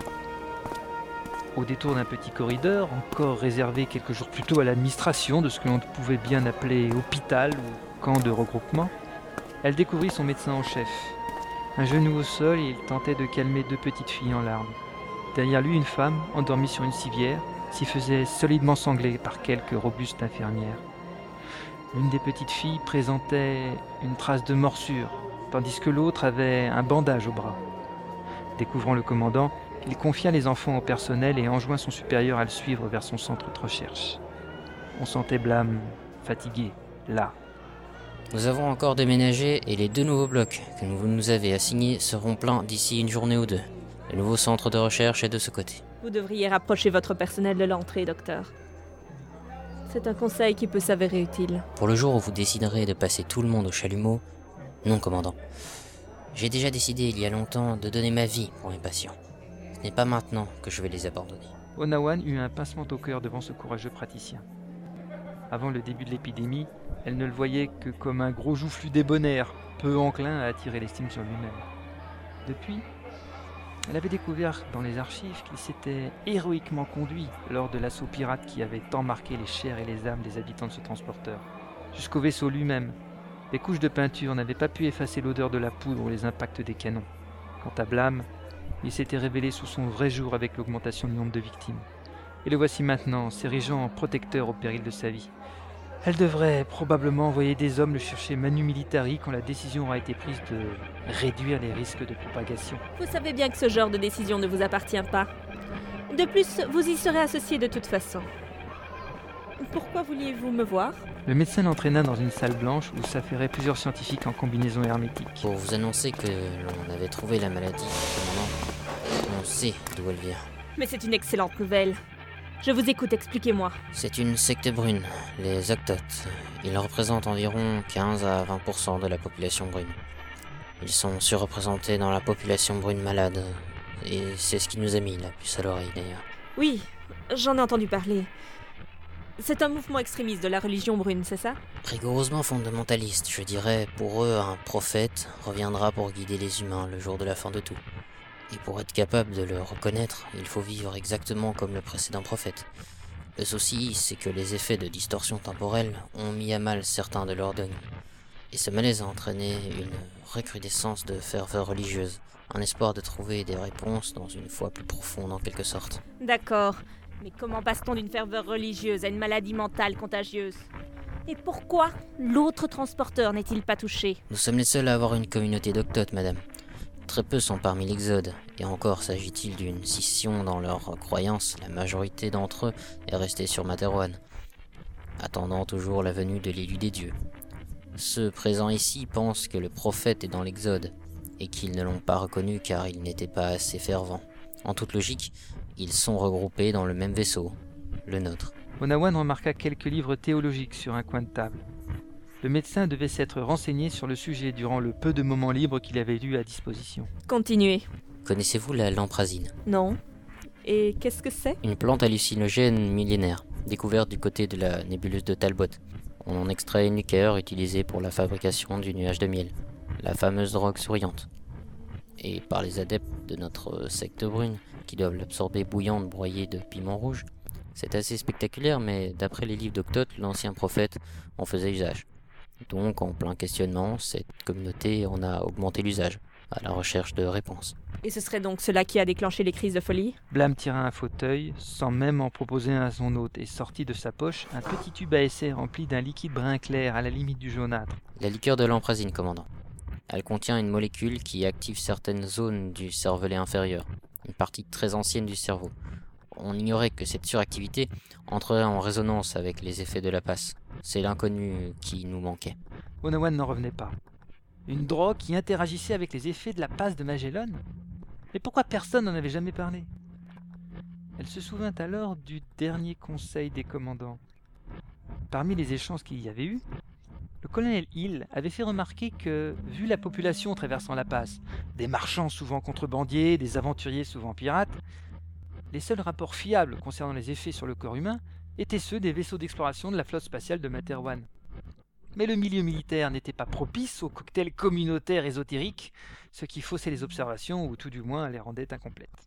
Au détour d'un petit corridor, encore réservé quelques jours plus tôt à l'administration de ce que l'on pouvait bien appeler hôpital ou camp de regroupement, elle découvrit son médecin en chef. Un genou au sol, et il tentait de calmer deux petites filles en larmes. Derrière lui, une femme, endormie sur une civière, s'y faisait solidement sangler par quelques robustes infirmières. L'une des petites filles présentait une trace de morsure, tandis que l'autre avait un bandage au bras. Découvrant le commandant, il confia les enfants au personnel et enjoint son supérieur à le suivre vers son centre de recherche. On sentait Blam fatigué, là. Nous avons encore déménagé et les deux nouveaux blocs que vous nous avez assignés seront pleins d'ici une journée ou deux. Le nouveau centre de recherche est de ce côté. Vous devriez rapprocher votre personnel de l'entrée, docteur. C'est un conseil qui peut s'avérer utile. Pour le jour où vous déciderez de passer tout le monde au chalumeau, non, commandant. J'ai déjà décidé il y a longtemps de donner ma vie pour mes patients. Ce n'est pas maintenant que je vais les abandonner. Onawan eut un pincement au cœur devant ce courageux praticien. Avant le début de l'épidémie, elle ne le voyait que comme un gros joufflu débonnaire, peu enclin à attirer l'estime sur lui-même. Depuis, elle avait découvert dans les archives qu'il s'était héroïquement conduit lors de l'assaut pirate qui avait tant marqué les chairs et les âmes des habitants de ce transporteur. Jusqu'au vaisseau lui-même, les couches de peinture n'avaient pas pu effacer l'odeur de la poudre ou les impacts des canons. Quant à Blam, il s'était révélé sous son vrai jour avec l'augmentation du nombre de victimes. Et le voici maintenant, s'érigeant en protecteur au péril de sa vie. Elle devrait probablement envoyer des hommes le chercher manu militari quand la décision aura été prise de réduire les risques de propagation. Vous savez bien que ce genre de décision ne vous appartient pas. De plus, vous y serez associé de toute façon. Pourquoi vouliez-vous me voir? Le médecin l'entraîna dans une salle blanche où s'affairaient plusieurs scientifiques en combinaison hermétique. Pour vous annoncer que l'on avait trouvé la maladie, commandant, on sait d'où elle vient. Mais c'est une excellente nouvelle. Je vous écoute, expliquez-moi. C'est une secte brune, les Octotes. Ils représentent environ quinze à vingt pour cent de la population brune. Ils sont surreprésentés dans la population brune malade. Et c'est ce qui nous a mis la puce à l'oreille d'ailleurs. Oui, j'en ai entendu parler. C'est un mouvement extrémiste de la religion brune, c'est ça? Rigoureusement fondamentaliste, je dirais. Pour eux, un prophète reviendra pour guider les humains le jour de la fin de tout. Et pour être capable de le reconnaître, il faut vivre exactement comme le précédent prophète. Le souci, c'est que les effets de distorsion temporelle ont mis à mal certains de leurs dogmes. Et ce malaise a entraîné une recrudescence de ferveur religieuse, un espoir de trouver des réponses dans une foi plus profonde en quelque sorte. D'accord, mais comment passe-t-on d'une ferveur religieuse à une maladie mentale contagieuse? Et pourquoi l'autre transporteur n'est-il pas touché? Nous sommes les seuls à avoir une communauté d'octotes, madame. Très peu sont parmi l'Exode, et encore s'agit-il d'une scission dans leurs croyances, la majorité d'entre eux est restée sur Materwan, attendant toujours la venue de l'élu des dieux. Ceux présents ici pensent que le prophète est dans l'Exode, et qu'ils ne l'ont pas reconnu car il n'était pas assez fervent. En toute logique, ils sont regroupés dans le même vaisseau, le nôtre. Onawan remarqua quelques livres théologiques sur un coin de table. Le médecin devait s'être renseigné sur le sujet durant le peu de moments libres qu'il avait eu à disposition. Continuez. Connaissez-vous la lamprazine? Non. Et qu'est-ce que c'est? Une plante hallucinogène millénaire, découverte du côté de la nébuleuse de Talbot. On en extrait une liqueur utilisée pour la fabrication du nuage de miel, la fameuse drogue souriante. Et par les adeptes de notre secte brune, qui doivent l'absorber bouillante broyée de piment rouge. C'est assez spectaculaire, mais d'après les livres d'Octote, l'ancien prophète en faisait usage. Donc, en plein questionnement, cette communauté en a augmenté l'usage, à la recherche de réponses. Et ce serait donc cela qui a déclenché les crises de folie? Blam tira un fauteuil, sans même en proposer un à son hôte, et sortit de sa poche un petit tube à essai rempli d'un liquide brun clair à la limite du jaunâtre. La liqueur de lamprazine, commandant. Elle contient une molécule qui active certaines zones du cervelet inférieur, une partie très ancienne du cerveau. On ignorait que cette suractivité entrerait en résonance avec les effets de la passe. C'est l'inconnu qui nous manquait. Onawan n'en revenait pas. Une drogue qui interagissait avec les effets de la passe de Magellan? Mais pourquoi personne n'en avait jamais parlé? Elle se souvint alors du dernier conseil des commandants. Parmi les échanges qu'il y avait eu, le colonel Hill avait fait remarquer que, vu la population traversant la passe, des marchands souvent contrebandiers, des aventuriers souvent pirates, les seuls rapports fiables concernant les effets sur le corps humain étaient ceux des vaisseaux d'exploration de la flotte spatiale de Materwan. Mais le milieu militaire n'était pas propice aux cocktails communautaires ésotériques, ce qui faussait les observations ou tout du moins les rendait incomplètes.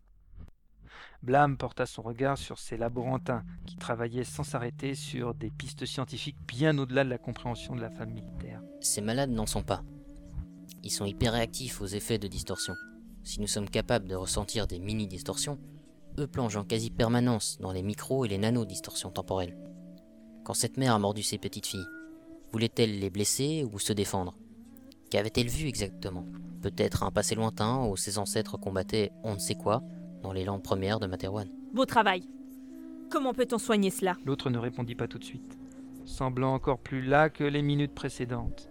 Blam porta son regard sur ces laborantins qui travaillaient sans s'arrêter sur des pistes scientifiques bien au-delà de la compréhension de la femme militaire. Ces malades n'en sont pas. Ils sont hyper réactifs aux effets de distorsion. Si nous sommes capables de ressentir des mini-distorsions, eux plongent en quasi-permanence dans les micro- et les nano-distorsions temporelles. Quand cette mère a mordu ses petites filles, voulait-elle les blesser ou se défendre? Qu'avait-elle vu exactement? Peut-être un passé lointain où ses ancêtres combattaient on ne sait quoi dans les landes premières de Materwan. Beau travail. Comment peut-on soigner cela? L'autre ne répondit pas tout de suite, semblant encore plus las que les minutes précédentes.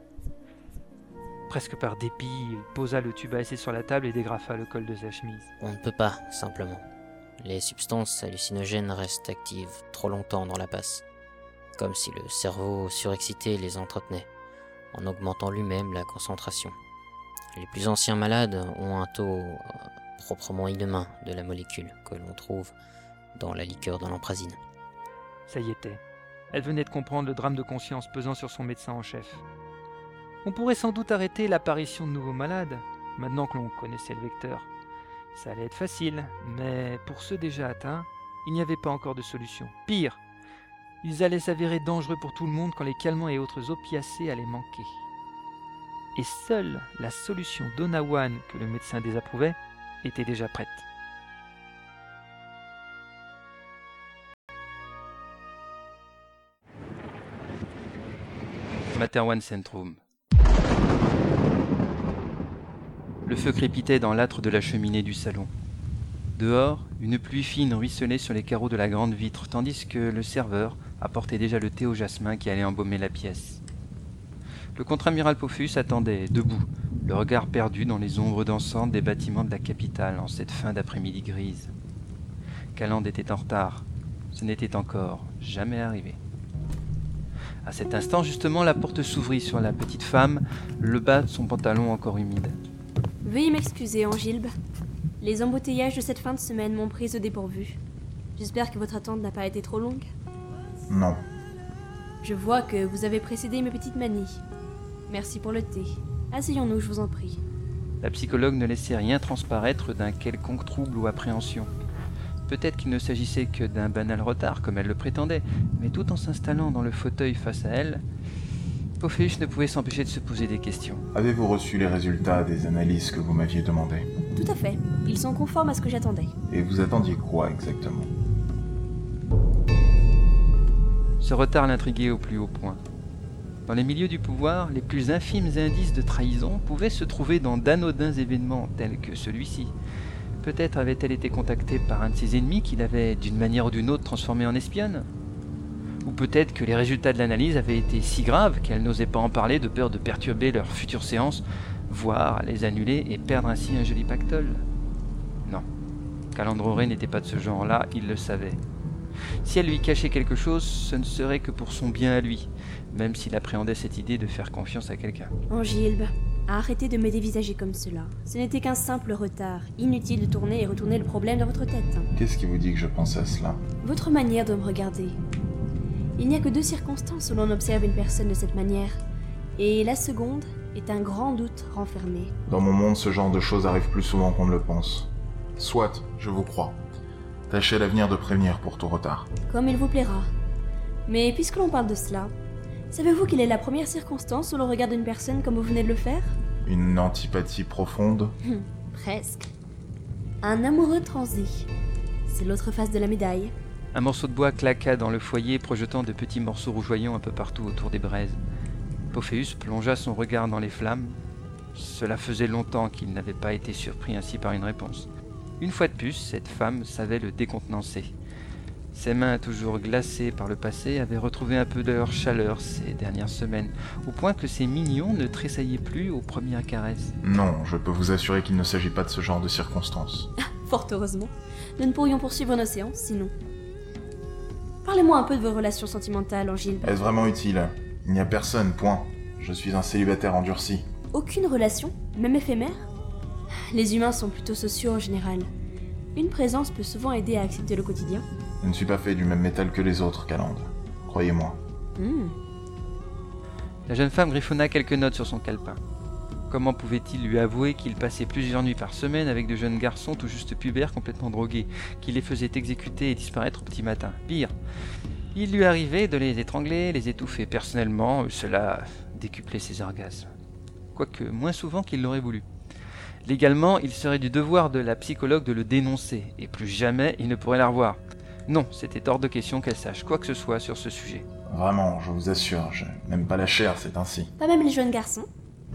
Presque par dépit, il posa le tube à essai sur la table et dégrafa le col de sa chemise. On ne peut pas, simplement. Les substances hallucinogènes restent actives trop longtemps dans la passe, comme si le cerveau surexcité les entretenait, en augmentant lui-même la concentration. Les plus anciens malades ont un taux euh, proprement inhumain de la molécule que l'on trouve dans la liqueur de lamprazine. Ça y était. Elle venait de comprendre le drame de conscience pesant sur son médecin en chef. On pourrait sans doute arrêter l'apparition de nouveaux malades, maintenant que l'on connaissait le vecteur. Ça allait être facile, mais pour ceux déjà atteints, il n'y avait pas encore de solution. Pire, ils allaient s'avérer dangereux pour tout le monde quand les calmants et autres opiacés allaient manquer. Et seule la solution d'Onawan que le médecin désapprouvait était déjà prête. Materwan Centrum. Le feu crépitait dans l'âtre de la cheminée du salon. Dehors, une pluie fine ruisselait sur les carreaux de la grande vitre, tandis que le serveur apportait déjà le thé au jasmin qui allait embaumer la pièce. Le contre-amiral Pophéus attendait, debout, le regard perdu dans les ombres dansantes des bâtiments de la capitale en cette fin d'après-midi grise. Calande était en retard. Ce n'était encore jamais arrivé. À cet instant, justement, la porte s'ouvrit sur la petite femme, le bas de son pantalon encore humide. Veuillez m'excuser, Angilbe. Les embouteillages de cette fin de semaine m'ont prise au dépourvu. J'espère que votre attente n'a pas été trop longue. Non. Je vois que vous avez précédé mes petites manies. Merci pour le thé. Asseyons-nous, je vous en prie. La psychologue ne laissait rien transparaître d'un quelconque trouble ou appréhension. Peut-être qu'il ne s'agissait que d'un banal retard, comme elle le prétendait, mais tout en s'installant dans le fauteuil face à elle, Pophéus ne pouvait s'empêcher de se poser des questions. Avez-vous reçu les résultats des analyses que vous m'aviez demandées? Tout à fait. Ils sont conformes à ce que j'attendais. Et vous attendiez quoi exactement? Ce retard l'intriguait au plus haut point. Dans les milieux du pouvoir, les plus infimes indices de trahison pouvaient se trouver dans d'anodins événements tels que celui-ci. Peut-être avait-elle été contactée par un de ses ennemis qui l'avait d'une manière ou d'une autre transformée en espionne. Ou peut-être que les résultats de l'analyse avaient été si graves qu'elle n'osait pas en parler de peur de perturber leur future séance, voire les annuler et perdre ainsi un joli pactole. Non, Calandre n'était pas de ce genre-là, il le savait. Si elle lui cachait quelque chose, ce ne serait que pour son bien à lui, même s'il appréhendait cette idée de faire confiance à quelqu'un. Angilbe, arrêtez de me dévisager comme cela. Ce n'était qu'un simple retard. Inutile de tourner et retourner le problème dans votre tête. Qu'est-ce qui vous dit que je pense à cela? Votre manière de me regarder. Il n'y a que deux circonstances où l'on observe une personne de cette manière. Et la seconde est un grand doute renfermé. Dans mon monde, ce genre de choses arrive plus souvent qu'on ne le pense. Soit, je vous crois. Tâchez à l'avenir de prévenir pour tout retard. Comme il vous plaira. Mais puisque l'on parle de cela, savez-vous quelle est la première circonstance où l'on regarde une personne comme vous venez de le faire? Une antipathie profonde? Hum, presque. Un amoureux transi. C'est l'autre face de la médaille. Un morceau de bois claqua dans le foyer, projetant de petits morceaux rougeoyants un peu partout autour des braises. Pophéus plongea son regard dans les flammes. Cela faisait longtemps qu'il n'avait pas été surpris ainsi par une réponse. Une fois de plus, cette femme savait le décontenancer. Ses mains, toujours glacées par le passé, avaient retrouvé un peu de leur chaleur ces dernières semaines, au point que ses mignons ne tressaillaient plus aux premières caresses. Non, je peux vous assurer qu'il ne s'agit pas de ce genre de circonstances. Fort heureusement. Nous ne pourrions poursuivre nos séances, sinon. Parlez-moi un peu de vos relations sentimentales, Angilbe. Est-ce vraiment utile? Il n'y a personne, point. Je suis un célibataire endurci. Aucune relation, même éphémère? Les humains sont plutôt sociaux en général. Une présence peut souvent aider à accepter le quotidien. Je ne suis pas fait du même métal que les autres, Calande. Croyez-moi. Mmh. La jeune femme griffonna quelques notes sur son calepin. Comment pouvait-il lui avouer qu'il passait plusieurs nuits par semaine avec de jeunes garçons tout juste pubères complètement drogués, qui les faisaient exécuter et disparaître au petit matin? Pire, il lui arrivait de les étrangler, les étouffer. Personnellement, cela décuplait ses orgasmes. Quoique moins souvent qu'il l'aurait voulu. Légalement, il serait du devoir de la psychologue de le dénoncer, et plus jamais il ne pourrait la revoir. Non, c'était hors de question qu'elle sache quoi que ce soit sur ce sujet. Vraiment, je vous assure, je n'aime pas la chair, c'est ainsi. Pas même les jeunes garçons?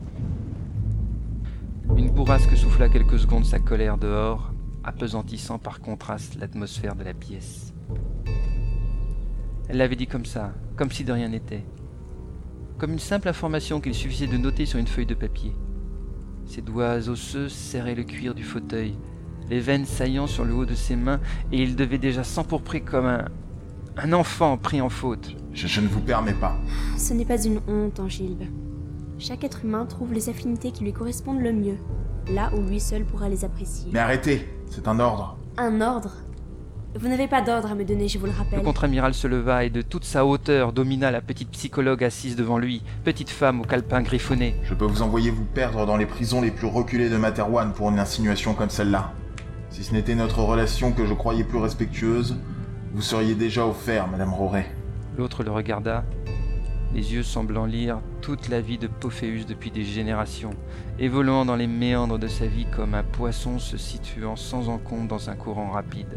Une bourrasque souffla quelques secondes sa colère dehors, apesantissant par contraste l'atmosphère de la pièce. Elle l'avait dit comme ça, comme si de rien n'était. Comme une simple information qu'il suffisait de noter sur une feuille de papier. Ses doigts osseux serraient le cuir du fauteuil, les veines saillant sur le haut de ses mains, et il devait déjà s'empourprer comme un... un enfant pris en faute. Je, je ne vous permets pas. Ce n'est pas une honte, Angilbe. Chaque être humain trouve les affinités qui lui correspondent le mieux, là où lui seul pourra les apprécier. Mais arrêtez, c'est un ordre. Un ordre? Vous n'avez pas d'ordre à me donner, je vous le rappelle. Le contre-amiral se leva et de toute sa hauteur domina la petite psychologue assise devant lui, petite femme au calepin griffonné. Je peux vous envoyer vous perdre dans les prisons les plus reculées de Materwan pour une insinuation comme celle-là. Si ce n'était notre relation que je croyais plus respectueuse, vous seriez déjà au fer, Madame Roret. L'autre le regarda, les yeux semblant lire toute la vie de Pophéus depuis des générations, évoluant dans les méandres de sa vie comme un poisson se situant sans encombre dans un courant rapide.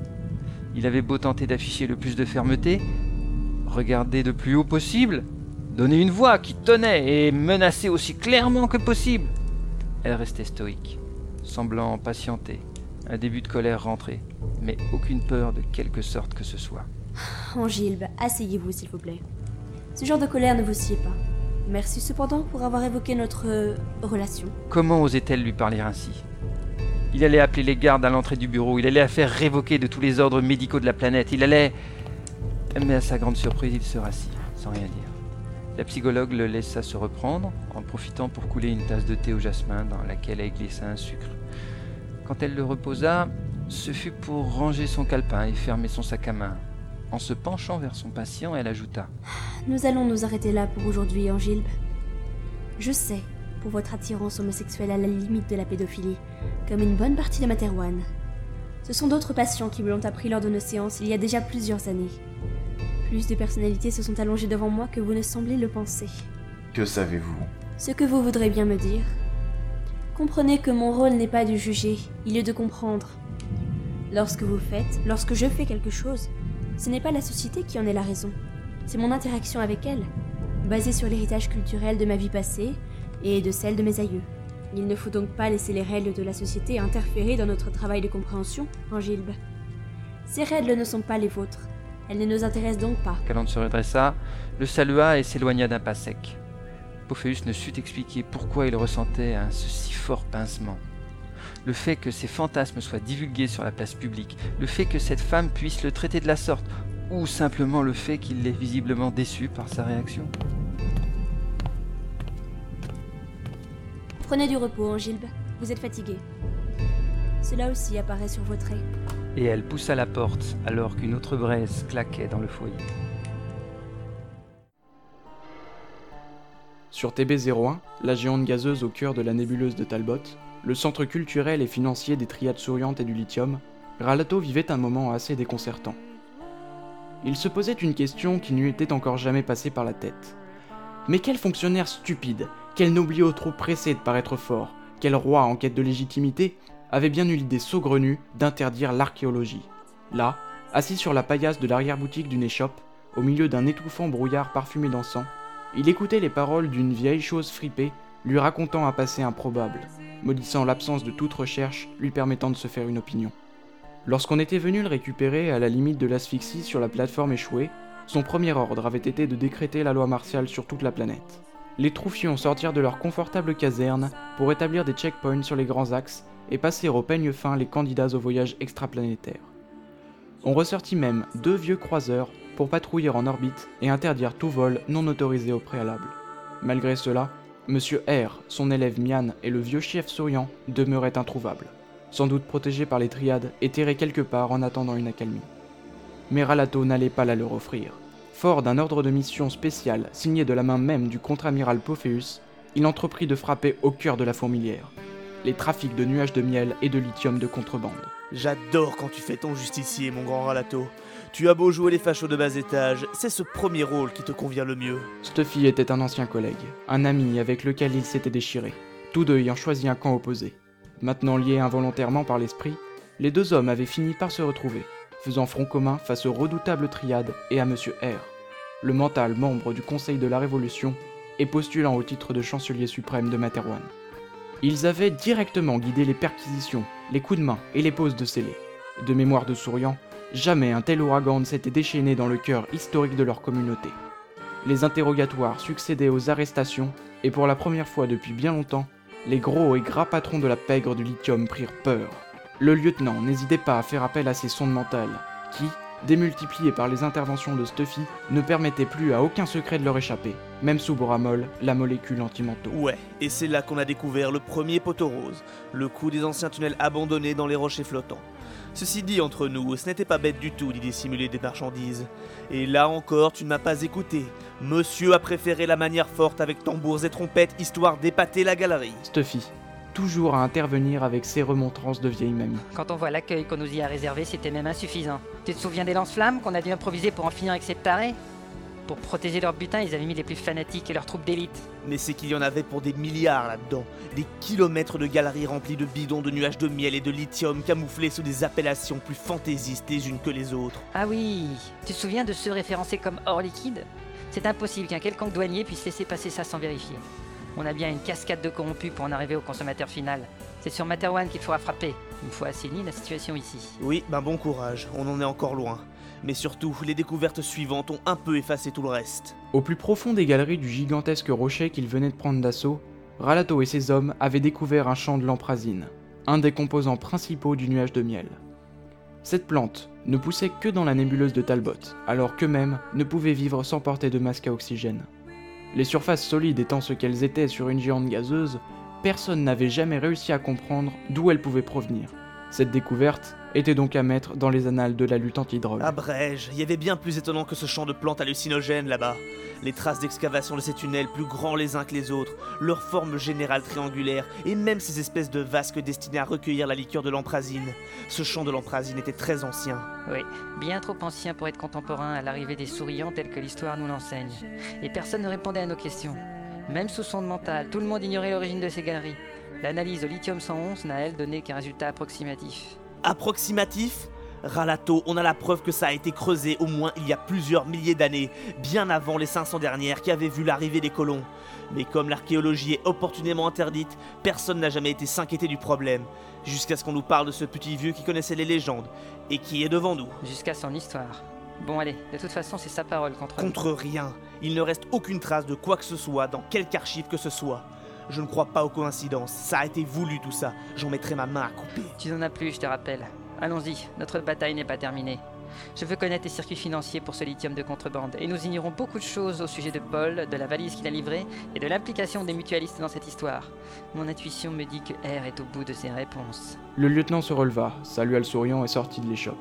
Il avait beau tenter d'afficher le plus de fermeté, regarder de plus haut possible, donner une voix qui tenait et menacer aussi clairement que possible. Elle restait stoïque, semblant patienter, un début de colère rentré, mais aucune peur de quelque sorte que ce soit. Angilbe, asseyez-vous s'il vous plaît. Ce genre de colère ne vous sied pas. Merci cependant pour avoir évoqué notre euh, relation. Comment osait-elle lui parler ainsi? Il allait appeler les gardes à l'entrée du bureau, il allait la faire révoquer de tous les ordres médicaux de la planète, il allait... Mais à sa grande surprise, il se rassit, sans rien dire. La psychologue le laissa se reprendre, en profitant pour couler une tasse de thé au jasmin dans laquelle elle glissa un sucre. Quand elle le reposa, ce fut pour ranger son calepin et fermer son sac à main. En se penchant vers son patient, elle ajouta « Nous allons nous arrêter là pour aujourd'hui, Angilbe. Je sais, pour votre attirance homosexuelle à la limite de la pédophilie, comme une bonne partie de Materwan. Ce sont d'autres patients qui me l'ont appris lors de nos séances il y a déjà plusieurs années. Plus de personnalités se sont allongées devant moi que vous ne semblez le penser. Que savez-vous? Ce que vous voudrez bien me dire. Comprenez que mon rôle n'est pas de juger, il est de comprendre. Lorsque vous faites, lorsque je fais quelque chose, ce n'est pas la société qui en est la raison. C'est mon interaction avec elle, basée sur l'héritage culturel de ma vie passée et de celle de mes aïeux. Il ne faut donc pas laisser les règles de la société interférer dans notre travail de compréhension, Angilbe. Ces règles ne sont pas les vôtres. Elles ne nous intéressent donc pas. Calante se redressa, le salua et s'éloigna d'un pas sec. Pophéus ne sut expliquer pourquoi il ressentait un si fort pincement. Le fait que ses fantasmes soient divulgués sur la place publique, le fait que cette femme puisse le traiter de la sorte, ou simplement le fait qu'il l'ait visiblement déçu par sa réaction. Prenez du repos, Angilbe. Vous êtes fatigué. Cela aussi apparaît sur vos traits. Et elle poussa la porte alors qu'une autre braise claquait dans le foyer. Sur T B zéro un, la géante gazeuse au cœur de la nébuleuse de Talbot, le centre culturel et financier des Triades Souriantes et du Lithium, Ralato vivait un moment assez déconcertant. Il se posait une question qui ne lui était encore jamais passée par la tête. Mais quel fonctionnaire stupide, quel noblier trop pressé de paraître fort, quel roi en quête de légitimité avait bien eu l'idée saugrenue d'interdire l'archéologie. Là, assis sur la paillasse de l'arrière-boutique d'une échoppe, au milieu d'un étouffant brouillard parfumé d'encens, il écoutait les paroles d'une vieille chose fripée lui racontant un passé improbable, maudissant l'absence de toute recherche lui permettant de se faire une opinion. Lorsqu'on était venu le récupérer à la limite de l'asphyxie sur la plateforme échouée, son premier ordre avait été de décréter la loi martiale sur toute la planète. Les Troufions sortirent de leur confortable caserne pour établir des checkpoints sur les grands axes et passer au peigne fin les candidats au voyage extraplanétaire. On ressortit même deux vieux croiseurs pour patrouiller en orbite et interdire tout vol non autorisé au préalable. Malgré cela, Monsieur R, son élève Mian et le vieux chef souriant demeuraient introuvables, sans doute protégés par les triades et terrés quelque part en attendant une accalmie. Mais Ralato n'allait pas la leur offrir. Fort d'un ordre de mission spécial signé de la main même du contre-amiral Pophéus, il entreprit de frapper au cœur de la fourmilière. Les trafics de nuages de miel et de lithium de contrebande. J'adore quand tu fais ton justicier, mon grand Ralato. Tu as beau jouer les fachos de bas étage, c'est ce premier rôle qui te convient le mieux. Stuffy était un ancien collègue, un ami avec lequel il s'était déchiré, tous deux ayant choisi un camp opposé. Maintenant liés involontairement par l'esprit, les deux hommes avaient fini par se retrouver, faisant front commun face aux redoutables triades et à Monsieur R, le mental membre du Conseil de la Révolution et postulant au titre de chancelier suprême de Materwan. Ils avaient directement guidé les perquisitions, les coups de main et les poses de scellés. De mémoire de souriant, jamais un tel ouragan ne s'était déchaîné dans le cœur historique de leur communauté. Les interrogatoires succédaient aux arrestations, et pour la première fois depuis bien longtemps, les gros et gras patrons de la pègre du lithium prirent peur. Le lieutenant n'hésitait pas à faire appel à ses sondes mentales, qui, démultipliées par les interventions de Stuffy, ne permettaient plus à aucun secret de leur échapper, même sous Boramol, la molécule anti-manteau. Ouais, et c'est là qu'on a découvert le premier poteau rose, le coup des anciens tunnels abandonnés dans les rochers flottants. Ceci dit, entre nous, ce n'était pas bête du tout d'y dissimuler des marchandises. Et là encore, tu ne m'as pas écouté. Monsieur a préféré la manière forte avec tambours et trompettes, histoire d'épater la galerie. Stuffy, toujours à intervenir avec ses remontrances de vieille mamie. Quand on voit l'accueil qu'on nous y a réservé, c'était même insuffisant. Tu te souviens des lance-flammes qu'on a dû improviser pour en finir avec ces tarés ? Pour protéger leur butin, ils avaient mis les plus fanatiques et leurs troupes d'élite. Mais c'est qu'il y en avait pour des milliards là-dedans. Des kilomètres de galeries remplies de bidons de nuages de miel et de lithium camouflés sous des appellations plus fantaisistes les unes que les autres. Ah oui, tu te souviens de ceux référencés comme or liquide ? C'est impossible qu'un quelconque douanier puisse laisser passer ça sans vérifier. On a bien une cascade de corrompus pour en arriver au consommateur final. C'est sur Materwan qu'il faudra frapper. Il faut assainir la situation ici. Oui, ben bon courage, on en est encore loin. Mais surtout, les découvertes suivantes ont un peu effacé tout le reste. Au plus profond des galeries du gigantesque rocher qu'ils venaient de prendre d'assaut, Ralato et ses hommes avaient découvert un champ de lamprazine, un des composants principaux du nuage de miel. Cette plante ne poussait que dans la nébuleuse de Talbot, alors qu'eux-mêmes ne pouvaient vivre sans porter de masque à oxygène. Les surfaces solides étant ce qu'elles étaient sur une géante gazeuse, personne n'avait jamais réussi à comprendre d'où elles pouvaient provenir. Cette découverte était donc à mettre dans les annales de la lutte anti-drogue. Abrège, il y avait bien plus étonnant que ce champ de plantes hallucinogènes là-bas. Les traces d'excavation de ces tunnels plus grands les uns que les autres, leur forme générale triangulaire, et même ces espèces de vasques destinées à recueillir la liqueur de l'emprazine. Ce champ de l'emprazine était très ancien. Oui, bien trop ancien pour être contemporain à l'arrivée des souriants tels que l'histoire nous l'enseigne. Et personne ne répondait à nos questions. Même sous sonde mentale, tout le monde ignorait l'origine de ces galeries. L'analyse au lithium cent onze n'a, elle, donné qu'un résultat approximatif. Approximatif ? Ralato, on a la preuve que ça a été creusé au moins il y a plusieurs milliers d'années, bien avant les cinq cents dernières qui avaient vu l'arrivée des colons. Mais comme l'archéologie est opportunément interdite, personne n'a jamais été s'inquiéter du problème, jusqu'à ce qu'on nous parle de ce petit vieux qui connaissait les légendes, et qui est devant nous. Jusqu'à son histoire. Bon allez, de toute façon c'est sa parole contre Contre nous. rien. Il ne reste aucune trace de quoi que ce soit dans quelque archive que ce soit. Je ne crois pas aux coïncidences, ça a été voulu tout ça, j'en mettrai ma main à couper. Tu n'en as plus, je te rappelle. Allons-y, notre bataille n'est pas terminée. Je veux connaître les circuits financiers pour ce lithium de contrebande, et nous ignorons beaucoup de choses au sujet de Paul, de la valise qu'il a livrée, et de l'implication des mutualistes dans cette histoire. Mon intuition me dit que R est au bout de ses réponses. Le lieutenant se releva, salua le souriant et sortit de l'échoppe.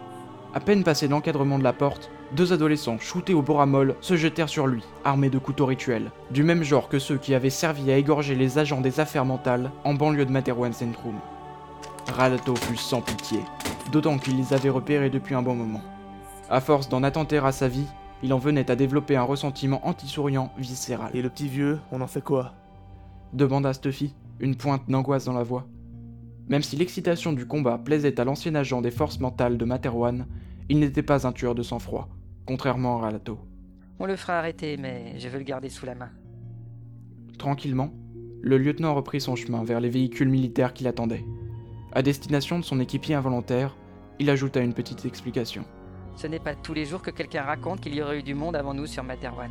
À peine passé l'encadrement de la porte, deux adolescents, shootés au boramol, se jetèrent sur lui, armés de couteaux rituels, du même genre que ceux qui avaient servi à égorger les agents des affaires mentales en banlieue de Materwan Centrum. Ralato fut sans pitié, d'autant qu'il les avait repérés depuis un bon moment. À force d'en attenter à sa vie, il en venait à développer un ressentiment anti-souriant viscéral. Et le petit vieux, on en fait quoi ? Demanda Stuffy, une pointe d'angoisse dans la voix. Même si l'excitation du combat plaisait à l'ancien agent des forces mentales de Materwan, il n'était pas un tueur de sang-froid, contrairement à Ralato. On le fera arrêter, mais je veux le garder sous la main. Tranquillement, le lieutenant reprit son chemin vers les véhicules militaires qui l'attendaient. À destination de son équipier involontaire, il ajouta une petite explication. Ce n'est pas tous les jours que quelqu'un raconte qu'il y aurait eu du monde avant nous sur Materwan.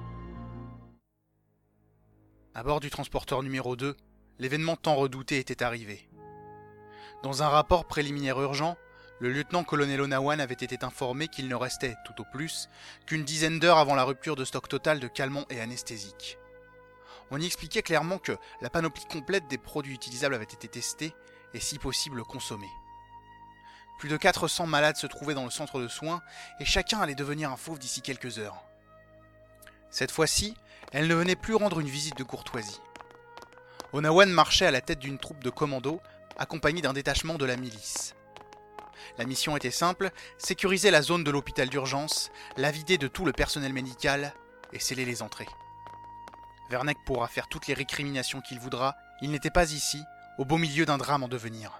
À bord du transporteur numéro deux, l'événement tant redouté était arrivé. Dans un rapport préliminaire urgent, le lieutenant-colonel Onawan avait été informé qu'il ne restait, tout au plus, qu'une dizaine d'heures avant la rupture de stock total de calmants et anesthésiques. On y expliquait clairement que la panoplie complète des produits utilisables avait été testée et si possible consommée. Plus de quatre cents malades se trouvaient dans le centre de soins et chacun allait devenir un fauve d'ici quelques heures. Cette fois-ci, elle ne venait plus rendre une visite de courtoisie. Onawan marchait à la tête d'une troupe de commandos accompagné d'un détachement de la milice. La mission était simple, sécuriser la zone de l'hôpital d'urgence, la vider de tout le personnel médical et sceller les entrées. Verneck pourra faire toutes les récriminations qu'il voudra, il n'était pas ici, au beau milieu d'un drame en devenir.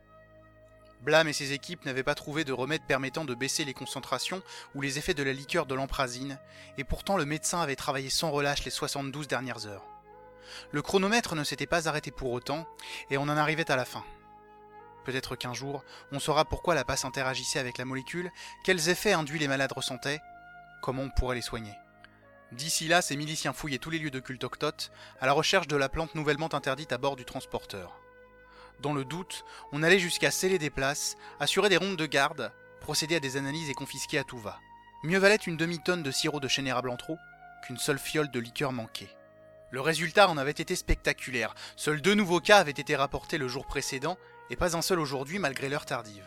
Blam et ses équipes n'avaient pas trouvé de remède permettant de baisser les concentrations ou les effets de la liqueur de l'emprazine, et pourtant le médecin avait travaillé sans relâche les soixante-douze dernières heures. Le chronomètre ne s'était pas arrêté pour autant, et on en arrivait à la fin. Peut-être qu'un jour, on saura pourquoi la passe interagissait avec la molécule, quels effets induits les malades ressentaient, comment on pourrait les soigner. D'ici là, ces miliciens fouillaient tous les lieux de culte octote, à la recherche de la plante nouvellement interdite à bord du transporteur. Dans le doute, on allait jusqu'à sceller des places, assurer des rondes de garde, procéder à des analyses et confisquer à tout va. Mieux valait une demi-tonne de sirop de chêne-érable en trop qu'une seule fiole de liqueur manquée. Le résultat en avait été spectaculaire, seuls deux nouveaux cas avaient été rapportés le jour précédent, et pas un seul aujourd'hui malgré l'heure tardive.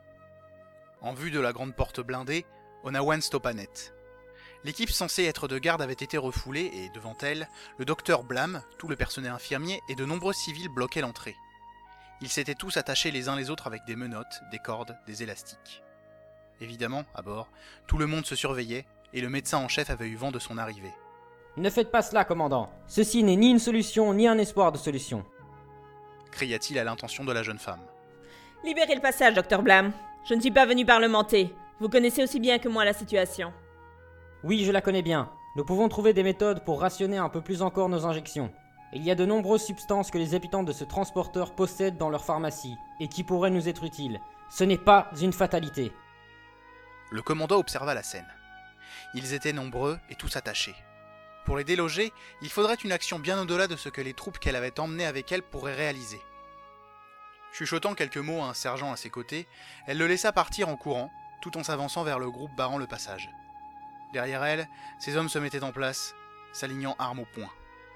En vue de la grande porte blindée, Onawan stoppa net. L'équipe censée être de garde avait été refoulée et, devant elle, le docteur Blam, tout le personnel infirmier et de nombreux civils bloquaient l'entrée. Ils s'étaient tous attachés les uns les autres avec des menottes, des cordes, des élastiques. Évidemment, à bord, tout le monde se surveillait et le médecin en chef avait eu vent de son arrivée. Ne faites pas cela, commandant. Ceci n'est ni une solution, ni un espoir de solution. Cria-t-il à l'intention de la jeune femme. Libérez le passage, docteur Blam. Je ne suis pas venu parlementer. Vous connaissez aussi bien que moi la situation. Oui, je la connais bien. Nous pouvons trouver des méthodes pour rationner un peu plus encore nos injections. Il y a de nombreuses substances que les habitants de ce transporteur possèdent dans leur pharmacie, et qui pourraient nous être utiles. Ce n'est pas une fatalité. Le commandant observa la scène. Ils étaient nombreux et tous attachés. Pour les déloger, il faudrait une action bien au-delà de ce que les troupes qu'elle avait emmenées avec elle pourraient réaliser. Chuchotant quelques mots à un sergent à ses côtés, elle le laissa partir en courant, tout en s'avançant vers le groupe barrant le passage. Derrière elle, ses hommes se mettaient en place, s'alignant armes au poing.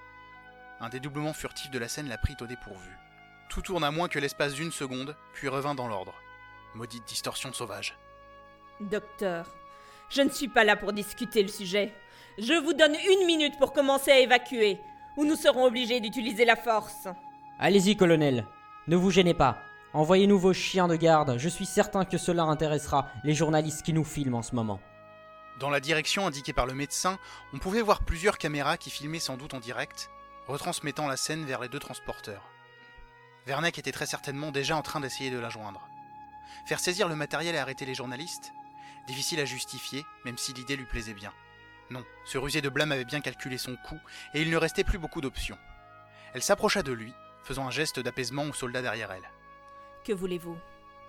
Un dédoublement furtif de la scène la prit au dépourvu. Tout tourna moins que l'espace d'une seconde, puis revint dans l'ordre. Maudite distorsion sauvage. Docteur, je ne suis pas là pour discuter le sujet. Je vous donne une minute pour commencer à évacuer, ou nous serons obligés d'utiliser la force. Allez-y, colonel. Ne vous gênez pas. Envoyez-nous vos chiens de garde. Je suis certain que cela intéressera les journalistes qui nous filment en ce moment. Dans la direction indiquée par le médecin, on pouvait voir plusieurs caméras qui filmaient sans doute en direct, retransmettant la scène vers les deux transporteurs. Vernec était très certainement déjà en train d'essayer de la joindre. Faire saisir le matériel et arrêter les journalistes ? Difficile à justifier, même si l'idée lui plaisait bien. Non, ce rusé de blâme avait bien calculé son coup, et il ne restait plus beaucoup d'options. Elle s'approcha de lui, faisant un geste d'apaisement aux soldats derrière elle. Que voulez-vous ?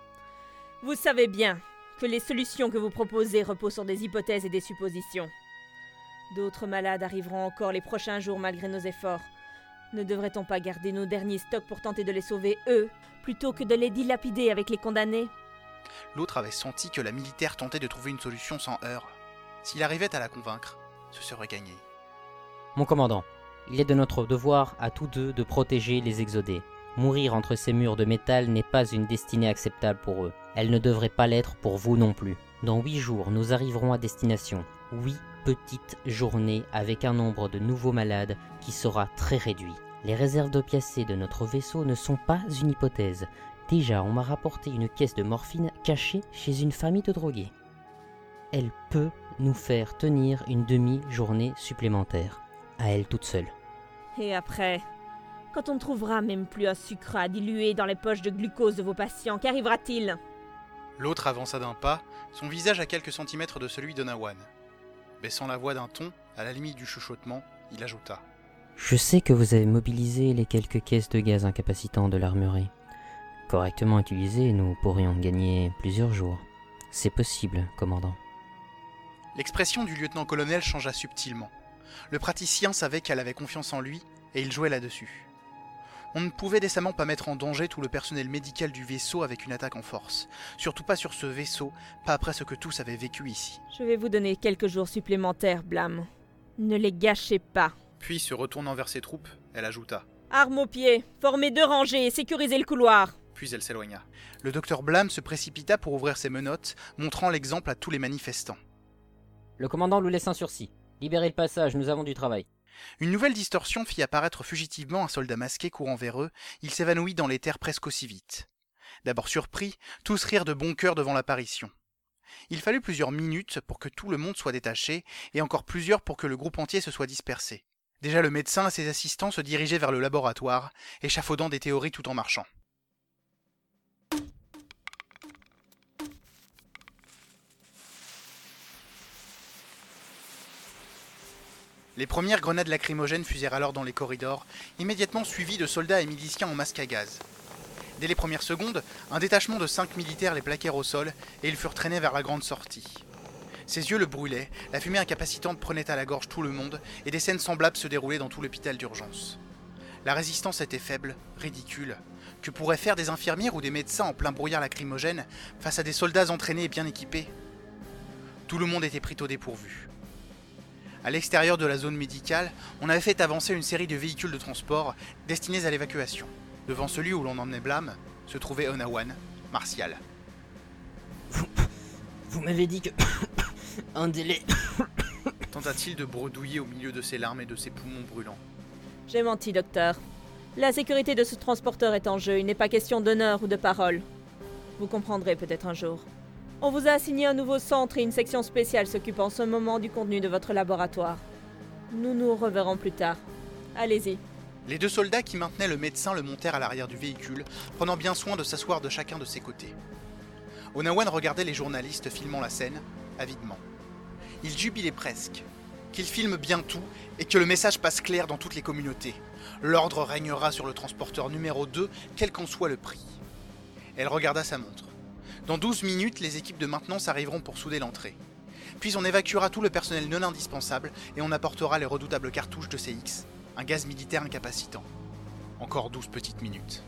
Vous savez bien que les solutions que vous proposez reposent sur des hypothèses et des suppositions. D'autres malades arriveront encore les prochains jours malgré nos efforts. Ne devrait-on pas garder nos derniers stocks pour tenter de les sauver, eux, plutôt que de les dilapider avec les condamnés ? L'autre avait senti que la militaire tentait de trouver une solution sans heurts. S'il arrivait à la convaincre, ce serait gagné. Mon commandant, il est de notre devoir à tous deux de protéger les exodés. Mourir entre ces murs de métal n'est pas une destinée acceptable pour eux. Elle ne devrait pas l'être pour vous non plus. Dans huit jours, nous arriverons à destination. Huit petites journées avec un nombre de nouveaux malades qui sera très réduit. Les réserves d'opiacés de notre vaisseau ne sont pas une hypothèse. Déjà, on m'a rapporté une caisse de morphine cachée chez une famille de drogués. Elle peut nous faire tenir une demi-journée supplémentaire, à elle toute seule. Et après, quand on ne trouvera même plus un sucre à diluer dans les poches de glucose de vos patients, qu'arrivera-t-il ? L'autre avança d'un pas, son visage à quelques centimètres de celui d'Onawan. Baissant la voix d'un ton, à la limite du chuchotement, il ajouta. Je sais que vous avez mobilisé les quelques caisses de gaz incapacitants de l'armurerie. Correctement utilisées, nous pourrions gagner plusieurs jours. C'est possible, commandant. L'expression du lieutenant-colonel changea subtilement. Le praticien savait qu'elle avait confiance en lui, et il jouait là-dessus. On ne pouvait décemment pas mettre en danger tout le personnel médical du vaisseau avec une attaque en force. Surtout pas sur ce vaisseau, pas après ce que tous avaient vécu ici. Je vais vous donner quelques jours supplémentaires, Blam. Ne les gâchez pas. Puis, se retournant vers ses troupes, elle ajouta. Armes aux pieds, formez deux rangées et sécurisez le couloir. Puis elle s'éloigna. Le docteur Blam se précipita pour ouvrir ses menottes, montrant l'exemple à tous les manifestants. Le commandant nous laisse un sursis. Libérez le passage, nous avons du travail. Une nouvelle distorsion fit apparaître fugitivement un soldat masqué courant vers eux. Il s'évanouit dans les terres presque aussi vite. D'abord surpris, tous rirent de bon cœur devant l'apparition. Il fallut plusieurs minutes pour que tout le monde soit détaché, et encore plusieurs pour que le groupe entier se soit dispersé. Déjà le médecin et ses assistants se dirigeaient vers le laboratoire, échafaudant des théories tout en marchant. Les premières grenades lacrymogènes fusèrent alors dans les corridors, immédiatement suivies de soldats et miliciens en masque à gaz. Dès les premières secondes, un détachement de cinq militaires les plaquèrent au sol et ils furent traînés vers la grande sortie. Ses yeux le brûlaient, la fumée incapacitante prenait à la gorge tout le monde et des scènes semblables se déroulaient dans tout l'hôpital d'urgence. La résistance était faible, ridicule. Que pourraient faire des infirmières ou des médecins en plein brouillard lacrymogène face à des soldats entraînés et bien équipés ? Tout le monde était pris au dépourvu. À l'extérieur de la zone médicale, on avait fait avancer une série de véhicules de transport destinés à l'évacuation. Devant celui où l'on emmenait Blam, se trouvait Onawan, Martial. Vous, vous m'avez dit que... un délai... tenta-t-il de bredouiller au milieu de ses larmes et de ses poumons brûlants. J'ai menti, docteur. La sécurité de ce transporteur est en jeu, il n'est pas question d'honneur ou de parole. Vous comprendrez peut-être un jour. On vous a assigné un nouveau centre et une section spéciale s'occupe en ce moment du contenu de votre laboratoire. Nous nous reverrons plus tard. Allez-y. Les deux soldats qui maintenaient le médecin le montèrent à l'arrière du véhicule, prenant bien soin de s'asseoir de chacun de ses côtés. Onawan regardait les journalistes filmant la scène, avidement. Il jubilait presque. qu'il filme bien tout et que le message passe clair dans toutes les communautés. L'ordre régnera sur le transporteur numéro deux, quel qu'en soit le prix. Elle regarda sa montre. Dans douze minutes, les équipes de maintenance arriveront pour souder l'entrée. Puis on évacuera tout le personnel non indispensable et on apportera les redoutables cartouches de C X, un gaz militaire incapacitant. Encore douze petites minutes.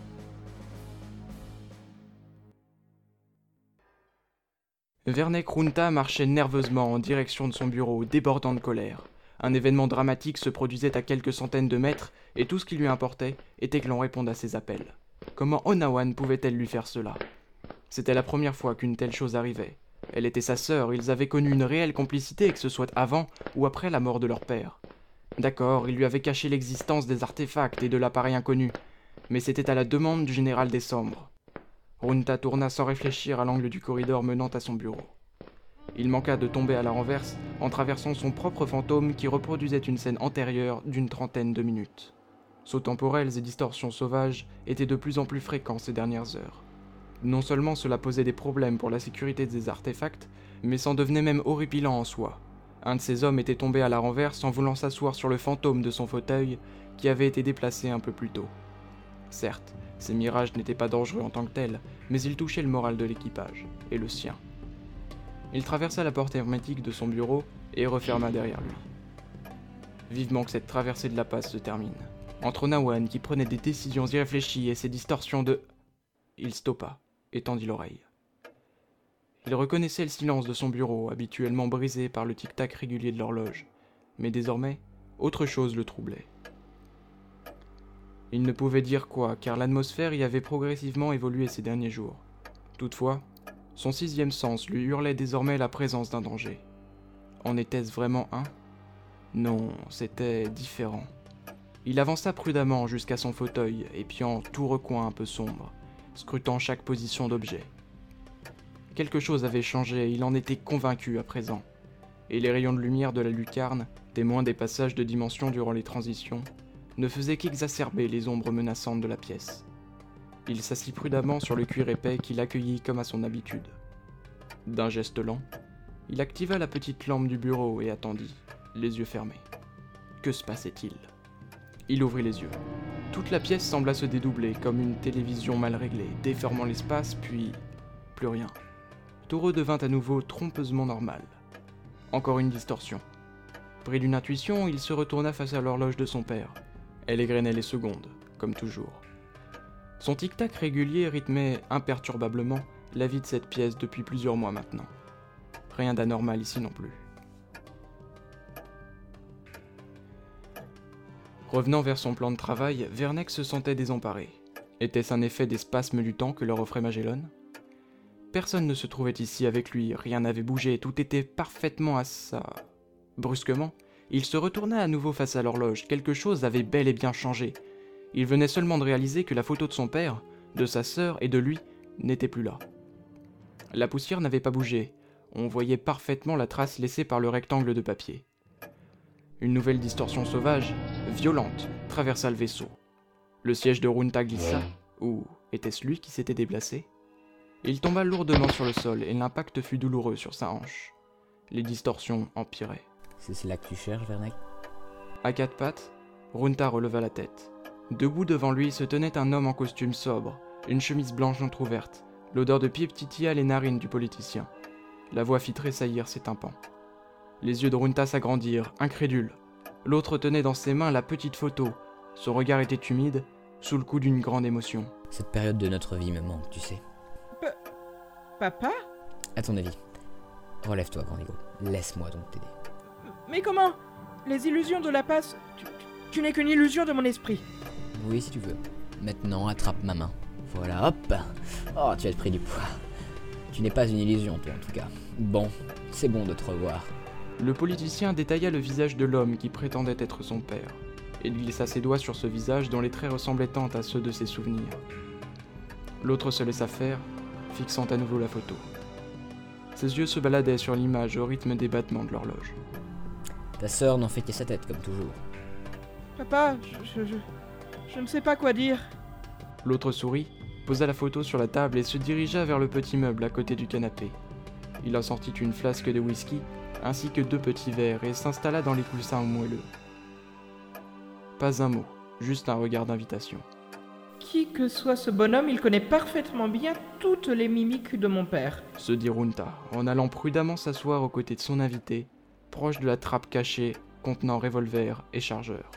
Vernek Runta marchait nerveusement en direction de son bureau, débordant de colère. Un événement dramatique se produisait à quelques centaines de mètres, et tout ce qui lui importait était que l'on réponde à ses appels. Comment Onawan pouvait-elle lui faire cela? C'était la première fois qu'une telle chose arrivait. Elle était sa sœur, ils avaient connu une réelle complicité, que ce soit avant ou après la mort de leur père. D'accord, il lui avait caché l'existence des artefacts et de l'appareil inconnu, mais c'était à la demande du général Décembre. Runta tourna sans réfléchir à l'angle du corridor menant à son bureau. Il manqua de tomber à la renverse en traversant son propre fantôme qui reproduisait une scène antérieure d'une trentaine de minutes. Sauts temporels et distorsions sauvages étaient de plus en plus fréquents ces dernières heures. Non seulement cela posait des problèmes pour la sécurité des artefacts, mais c'en devenait même horripilant en soi. Un de ces hommes était tombé à la renverse en voulant s'asseoir sur le fantôme de son fauteuil qui avait été déplacé un peu plus tôt. Certes, ces mirages n'étaient pas dangereux en tant que tels, mais ils touchaient le moral de l'équipage, et le sien. Il traversa la porte hermétique de son bureau et referma derrière lui. Vivement que cette traversée de la passe se termine. Entre Onawan qui prenait des décisions irréfléchies et ses distorsions de... Il stoppa et tendit l'oreille. Il reconnaissait le silence de son bureau, habituellement brisé par le tic-tac régulier de l'horloge, mais désormais, autre chose le troublait. Il ne pouvait dire quoi, car l'atmosphère y avait progressivement évolué ces derniers jours. Toutefois, son sixième sens lui hurlait désormais la présence d'un danger. En était-ce vraiment un? Non, c'était différent. Il avança prudemment jusqu'à son fauteuil, épiant tout recoin un peu sombre, scrutant chaque position d'objet. Quelque chose avait changé, il en était convaincu à présent, et les rayons de lumière de la lucarne, témoins des passages de dimension durant les transitions, ne faisaient qu'exacerber les ombres menaçantes de la pièce. Il s'assit prudemment sur le cuir épais qui l'accueillit comme à son habitude. D'un geste lent, il activa la petite lampe du bureau et attendit, les yeux fermés. Que se passait-il? Il ouvrit les yeux. Toute la pièce sembla se dédoubler, comme une télévision mal réglée, déformant l'espace, puis... plus rien. Tout redevint à nouveau trompeusement normal. Encore une distorsion. Pris d'une intuition, il se retourna face à l'horloge de son père. Elle égrenait les secondes, comme toujours. Son tic-tac régulier rythmait imperturbablement la vie de cette pièce depuis plusieurs mois maintenant. Rien d'anormal ici non plus. Revenant vers son plan de travail, Vernek se sentait désemparé. Était-ce un effet des spasmes du temps que leur offrait Magellan? Personne ne se trouvait ici avec lui, rien n'avait bougé, tout était parfaitement à sa... Brusquement, il se retourna à nouveau face à l'horloge, quelque chose avait bel et bien changé. Il venait seulement de réaliser que la photo de son père, de sa sœur et de lui n'était plus là. La poussière n'avait pas bougé, on voyait parfaitement la trace laissée par le rectangle de papier. Une nouvelle distorsion sauvage, violente, traversa le vaisseau. Le siège de Runta glissa, ou était-ce lui qui s'était déplacé? Il tomba lourdement sur le sol et l'impact fut douloureux sur sa hanche. Les distorsions empiraient. C'est cela que tu cherches, Vernek? À quatre pattes, Runta releva la tête. Debout devant lui se tenait un homme en costume sobre, une chemise blanche entr'ouverte. L'odeur de pipe titilla les narines du politicien. La voix fit tressaillir ses tympans. Les yeux de Runta s'agrandirent, incrédule. L'autre tenait dans ses mains la petite photo. Son regard était humide, sous le coup d'une grande émotion. Cette période de notre vie me manque, tu sais. Pa- Papa? À ton avis. Relève-toi, grand ego. Laisse-moi donc t'aider. Mais comment? Les illusions de la passe... Tu, tu, tu n'es qu'une illusion de mon esprit. Oui, si tu veux. Maintenant, attrape ma main. Voilà, hop. Oh, tu as pris du poids. Tu n'es pas une illusion, toi, en tout cas. Bon, c'est bon de te revoir. Le politicien détailla le visage de l'homme qui prétendait être son père, et glissa ses doigts sur ce visage dont les traits ressemblaient tant à ceux de ses souvenirs. L'autre se laissa faire, fixant à nouveau la photo. Ses yeux se baladaient sur l'image au rythme des battements de l'horloge. Ta sœur n'en fait qu'à sa tête, comme toujours. Papa, je, je, je, je ne sais pas quoi dire. L'autre sourit, posa la photo sur la table et se dirigea vers le petit meuble à côté du canapé. Il en sortit une flasque de whisky ainsi que deux petits verres, et s'installa dans les coussins moelleux. Pas un mot, juste un regard d'invitation. Qui que soit ce bonhomme, il connaît parfaitement bien toutes les mimiques de mon père. Se dit Runta, en allant prudemment s'asseoir aux côtés de son invité, proche de la trappe cachée contenant revolver et chargeur.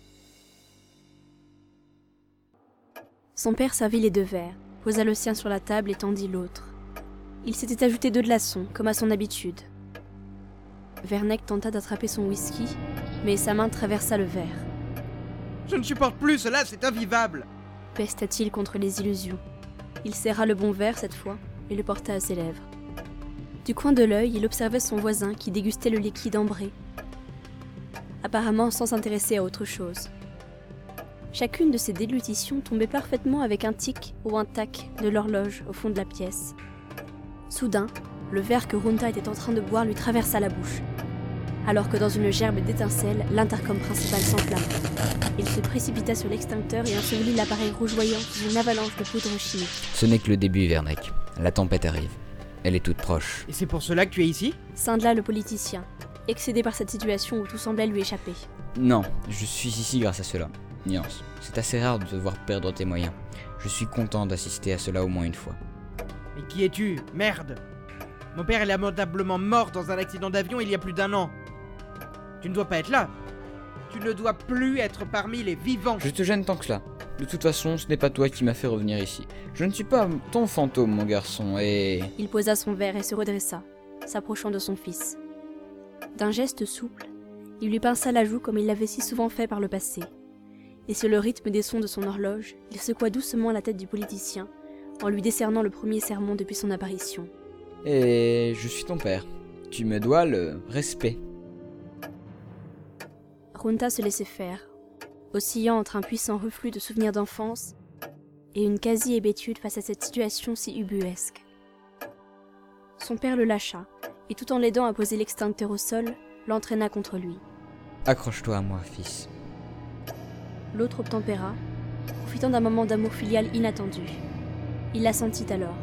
Son père servit les deux verres, posa le sien sur la table et tendit l'autre. Il s'était ajouté deux glaçons, comme à son habitude. Verneck tenta d'attraper son whisky, mais sa main traversa le verre. Je ne supporte plus cela, c'est invivable. Pesta-t-il contre les illusions. Il serra le bon verre cette fois et le porta à ses lèvres. Du coin de l'œil, il observait son voisin qui dégustait le liquide ambré, apparemment sans s'intéresser à autre chose. Chacune de ces déglutitions tombait parfaitement avec un tic ou un tac de l'horloge au fond de la pièce. Soudain, le verre que Runta était en train de boire lui traversa la bouche, alors que dans une gerbe d'étincelles, l'intercom principal s'enflamma. Il se précipita sur l'extincteur et ensevelit l'appareil rougeoyant sous une avalanche de poudre chimique. Ce n'est que le début, Verneck. La tempête arrive. Elle est toute proche. Et c'est pour cela que tu es ici ? Scindela le politicien, excédé par cette situation où tout semblait lui échapper. Non, je suis ici grâce à cela. Nuance, c'est assez rare de te voir perdre tes moyens. Je suis content d'assister à cela au moins une fois. Mais qui es-tu ? Merde ! Mon père est lamentablement mort dans un accident d'avion il y a plus d'un an. Tu ne dois pas être là. Tu ne dois plus être parmi les vivants. Je te gêne tant que cela. De toute façon, ce n'est pas toi qui m'as fait revenir ici. Je ne suis pas ton fantôme, mon garçon, et... Il posa son verre et se redressa, s'approchant de son fils. D'un geste souple, il lui pinça la joue comme il l'avait si souvent fait par le passé. Et sur le rythme des sons de son horloge, il secoua doucement la tête du politicien, en lui décernant le premier sermon depuis son apparition. Et je suis ton père. Tu me dois le respect. Runta se laissait faire, oscillant entre un puissant reflux de souvenirs d'enfance et une quasi-hébétude face à cette situation si ubuesque. Son père le lâcha, et tout en l'aidant à poser l'extincteur au sol, l'entraîna contre lui. Accroche-toi à moi, fils. L'autre obtempéra, profitant d'un moment d'amour filial inattendu. Il la sentit alors.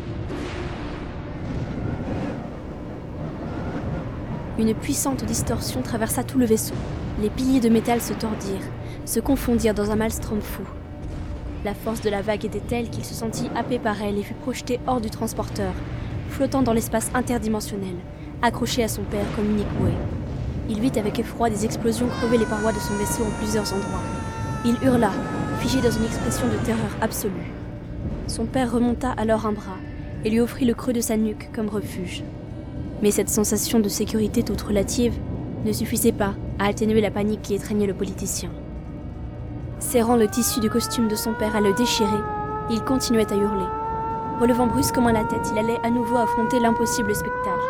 Une puissante distorsion traversa tout le vaisseau. Les piliers de métal se tordirent, se confondirent dans un maelstrom fou. La force de la vague était telle qu'il se sentit happé par elle et fut projeté hors du transporteur, flottant dans l'espace interdimensionnel, accroché à son père comme unique bouée. Il vit avec effroi des explosions crever les parois de son vaisseau en plusieurs endroits. Il hurla, figé dans une expression de terreur absolue. Son père remonta alors un bras et lui offrit le creux de sa nuque comme refuge. Mais cette sensation de sécurité toute relative ne suffisait pas à atténuer la panique qui étreignait le politicien. Serrant le tissu du costume de son père à le déchirer, il continuait à hurler. Relevant brusquement la tête, il allait à nouveau affronter l'impossible spectacle.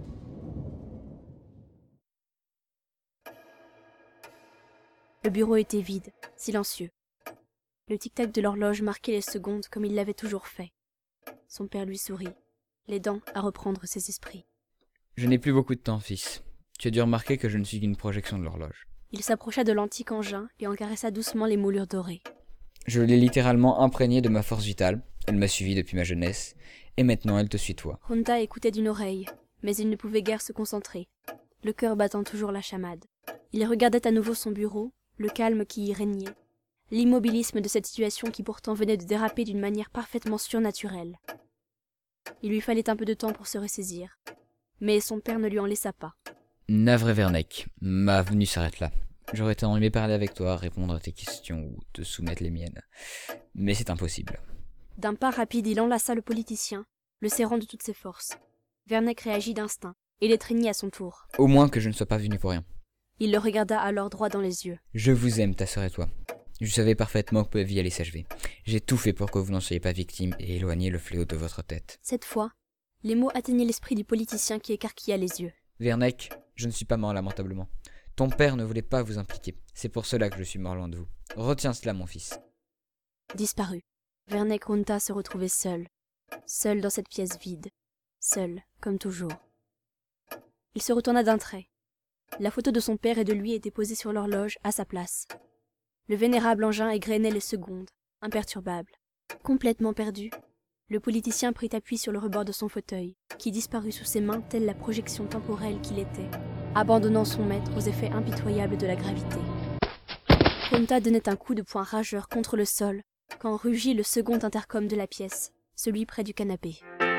Le bureau était vide, silencieux. Le tic-tac de l'horloge marquait les secondes comme il l'avait toujours fait. Son père lui sourit, l'aidant à reprendre ses esprits. Je n'ai plus beaucoup de temps, fils. Tu as dû remarquer que je ne suis qu'une projection de l'horloge. Il s'approcha de l'antique engin et en caressa doucement les moulures dorées. Je l'ai littéralement imprégnée de ma force vitale. Elle m'a suivi depuis ma jeunesse, et maintenant elle te suit toi. Runta écoutait d'une oreille, mais il ne pouvait guère se concentrer, le cœur battant toujours la chamade. Il regardait à nouveau son bureau, le calme qui y régnait, l'immobilisme de cette situation qui pourtant venait de déraper d'une manière parfaitement surnaturelle. Il lui fallait un peu de temps pour se ressaisir, mais son père ne lui en laissa pas. Navré Verneck, ma venue s'arrête là. J'aurais été aimé parler avec toi, répondre à tes questions ou te soumettre les miennes. Mais c'est impossible. D'un pas rapide, il enlaça le politicien, le serrant de toutes ses forces. Verneck réagit d'instinct et l'étreignit à son tour. Au moins que je ne sois pas venu pour rien. Il le regarda alors droit dans les yeux. Je vous aime, ta sœur et toi. Je savais parfaitement que ma vie allait s'achever. J'ai tout fait pour que vous n'en soyez pas victime et éloigner le fléau de votre tête. Cette fois, les mots atteignaient l'esprit du politicien qui écarquilla les yeux. Verneck, je ne suis pas mort lamentablement. Ton père ne voulait pas vous impliquer. C'est pour cela que je suis mort loin de vous. Retiens cela, mon fils. Disparu. Verneck Runta se retrouvait seul. Seul dans cette pièce vide. Seul, comme toujours. Il se retourna d'un trait. La photo de son père et de lui était posée sur l'horloge, à sa place. Le vénérable engin égrenait les secondes, imperturbable. Complètement perdu, Le politicien prit appui sur le rebord de son fauteuil, qui disparut sous ses mains telle la projection temporelle qu'il était, abandonnant son maître aux effets impitoyables de la gravité. Krunta donnait un coup de poing rageur contre le sol, quand rugit le second intercom de la pièce, celui près du canapé.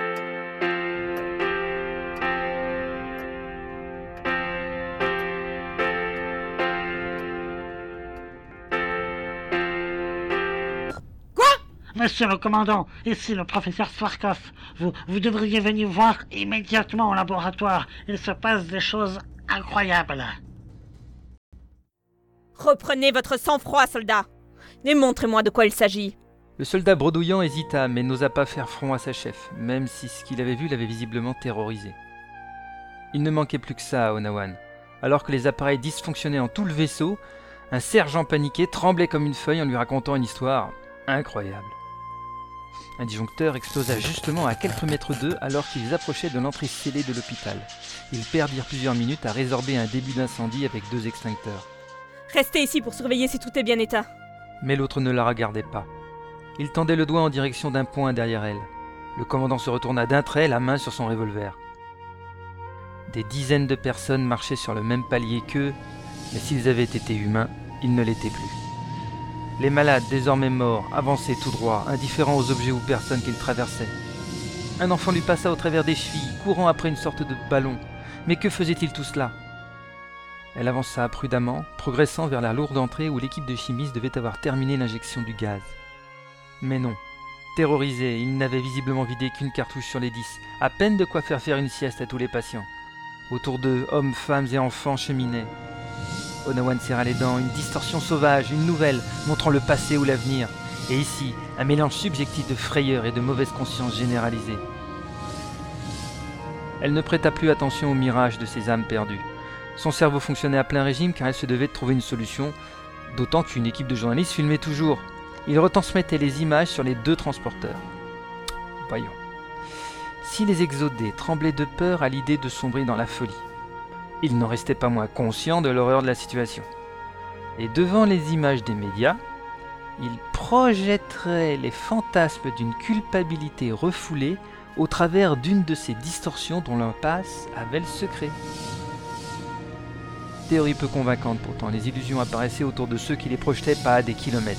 Monsieur le commandant, ici le professeur Swarkov. Vous, vous devriez venir voir immédiatement au laboratoire. Il se passe des choses incroyables. Reprenez votre sang-froid, soldat. Démontrez-moi de quoi il s'agit. Le soldat bredouillant hésita, mais n'osa pas faire front à sa chef, même si ce qu'il avait vu l'avait visiblement terrorisé. Il ne manquait plus que ça à Onawan. Alors que les appareils dysfonctionnaient en tout le vaisseau, un sergent paniqué tremblait comme une feuille en lui racontant une histoire incroyable. Un disjoncteur explosa justement à quelques mètres d'eux alors qu'ils approchaient de l'entrée scellée de l'hôpital. Ils perdirent plusieurs minutes à résorber un début d'incendie avec deux extincteurs. Restez ici pour surveiller si tout est bien état. Mais l'autre ne la regardait pas. Il tendait le doigt en direction d'un point derrière elle. Le commandant se retourna d'un trait, la main sur son revolver. Des dizaines de personnes marchaient sur le même palier qu'eux, mais s'ils avaient été humains, ils ne l'étaient plus. Les malades, désormais morts, avançaient tout droit, indifférents aux objets ou personnes qu'ils traversaient. Un enfant lui passa au travers des chevilles, courant après une sorte de ballon. Mais que faisait-il tout cela ? Elle avança prudemment, progressant vers la lourde entrée où l'équipe de chimistes devait avoir terminé l'injection du gaz. Mais non. Terrorisés, ils n'avaient visiblement vidé qu'une cartouche sur les dix, à peine de quoi faire faire une sieste à tous les patients. Autour d'eux, hommes, femmes et enfants cheminaient. Onawan serra les dents, une distorsion sauvage, une nouvelle, montrant le passé ou l'avenir. Et ici, un mélange subjectif de frayeur et de mauvaise conscience généralisée. Elle ne prêta plus attention au mirage de ses âmes perdues. Son cerveau fonctionnait à plein régime car elle se devait de trouver une solution, d'autant qu'une équipe de journalistes filmait toujours. Ils retransmettaient les images sur les deux transporteurs. Voyons. Si les exodés tremblaient de peur à l'idée de sombrer dans la folie, ils n'en restaient pas moins conscients de l'horreur de la situation. Et devant les images des médias, ils projetteraient les fantasmes d'une culpabilité refoulée au travers d'une de ces distorsions dont l'impasse avait le secret. Théorie peu convaincante pourtant, les illusions apparaissaient autour de ceux qui les projetaient pas à des kilomètres.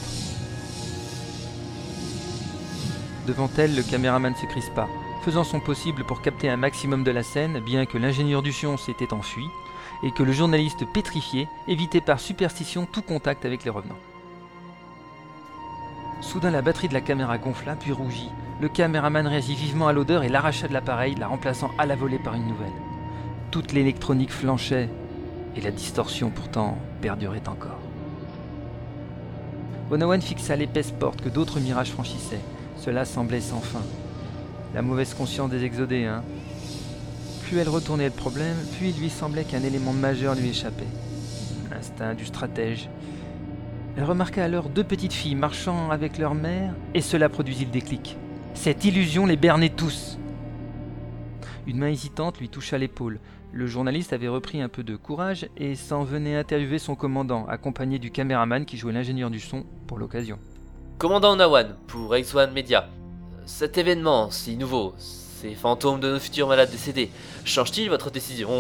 Devant elle, le caméraman se crispa, faisant son possible pour capter un maximum de la scène, bien que l'ingénieur du son s'était enfui, et que le journaliste pétrifié évitait par superstition tout contact avec les revenants. Soudain, la batterie de la caméra gonfla, puis rougit. Le caméraman réagit vivement à l'odeur et l'arracha de l'appareil, la remplaçant à la volée par une nouvelle. Toute l'électronique flanchait, et la distorsion pourtant perdurait encore. Onawan fixa l'épaisse porte que d'autres mirages franchissaient. Cela semblait sans fin. La mauvaise conscience des exodés, hein. Plus elle retournait le problème, plus il lui semblait qu'un élément majeur lui échappait. L'instinct du stratège. Elle remarqua alors deux petites filles marchant avec leur mère, et cela produisit le déclic. Cette illusion les bernait tous. Une main hésitante lui toucha l'épaule. Le journaliste avait repris un peu de courage et s'en venait interviewer son commandant, accompagné du caméraman qui jouait l'ingénieur du son pour l'occasion. Commandant Onawan, pour X un Media. Cet événement si nouveau, ces fantômes de nos futurs malades décédés, change-t-il votre décision ?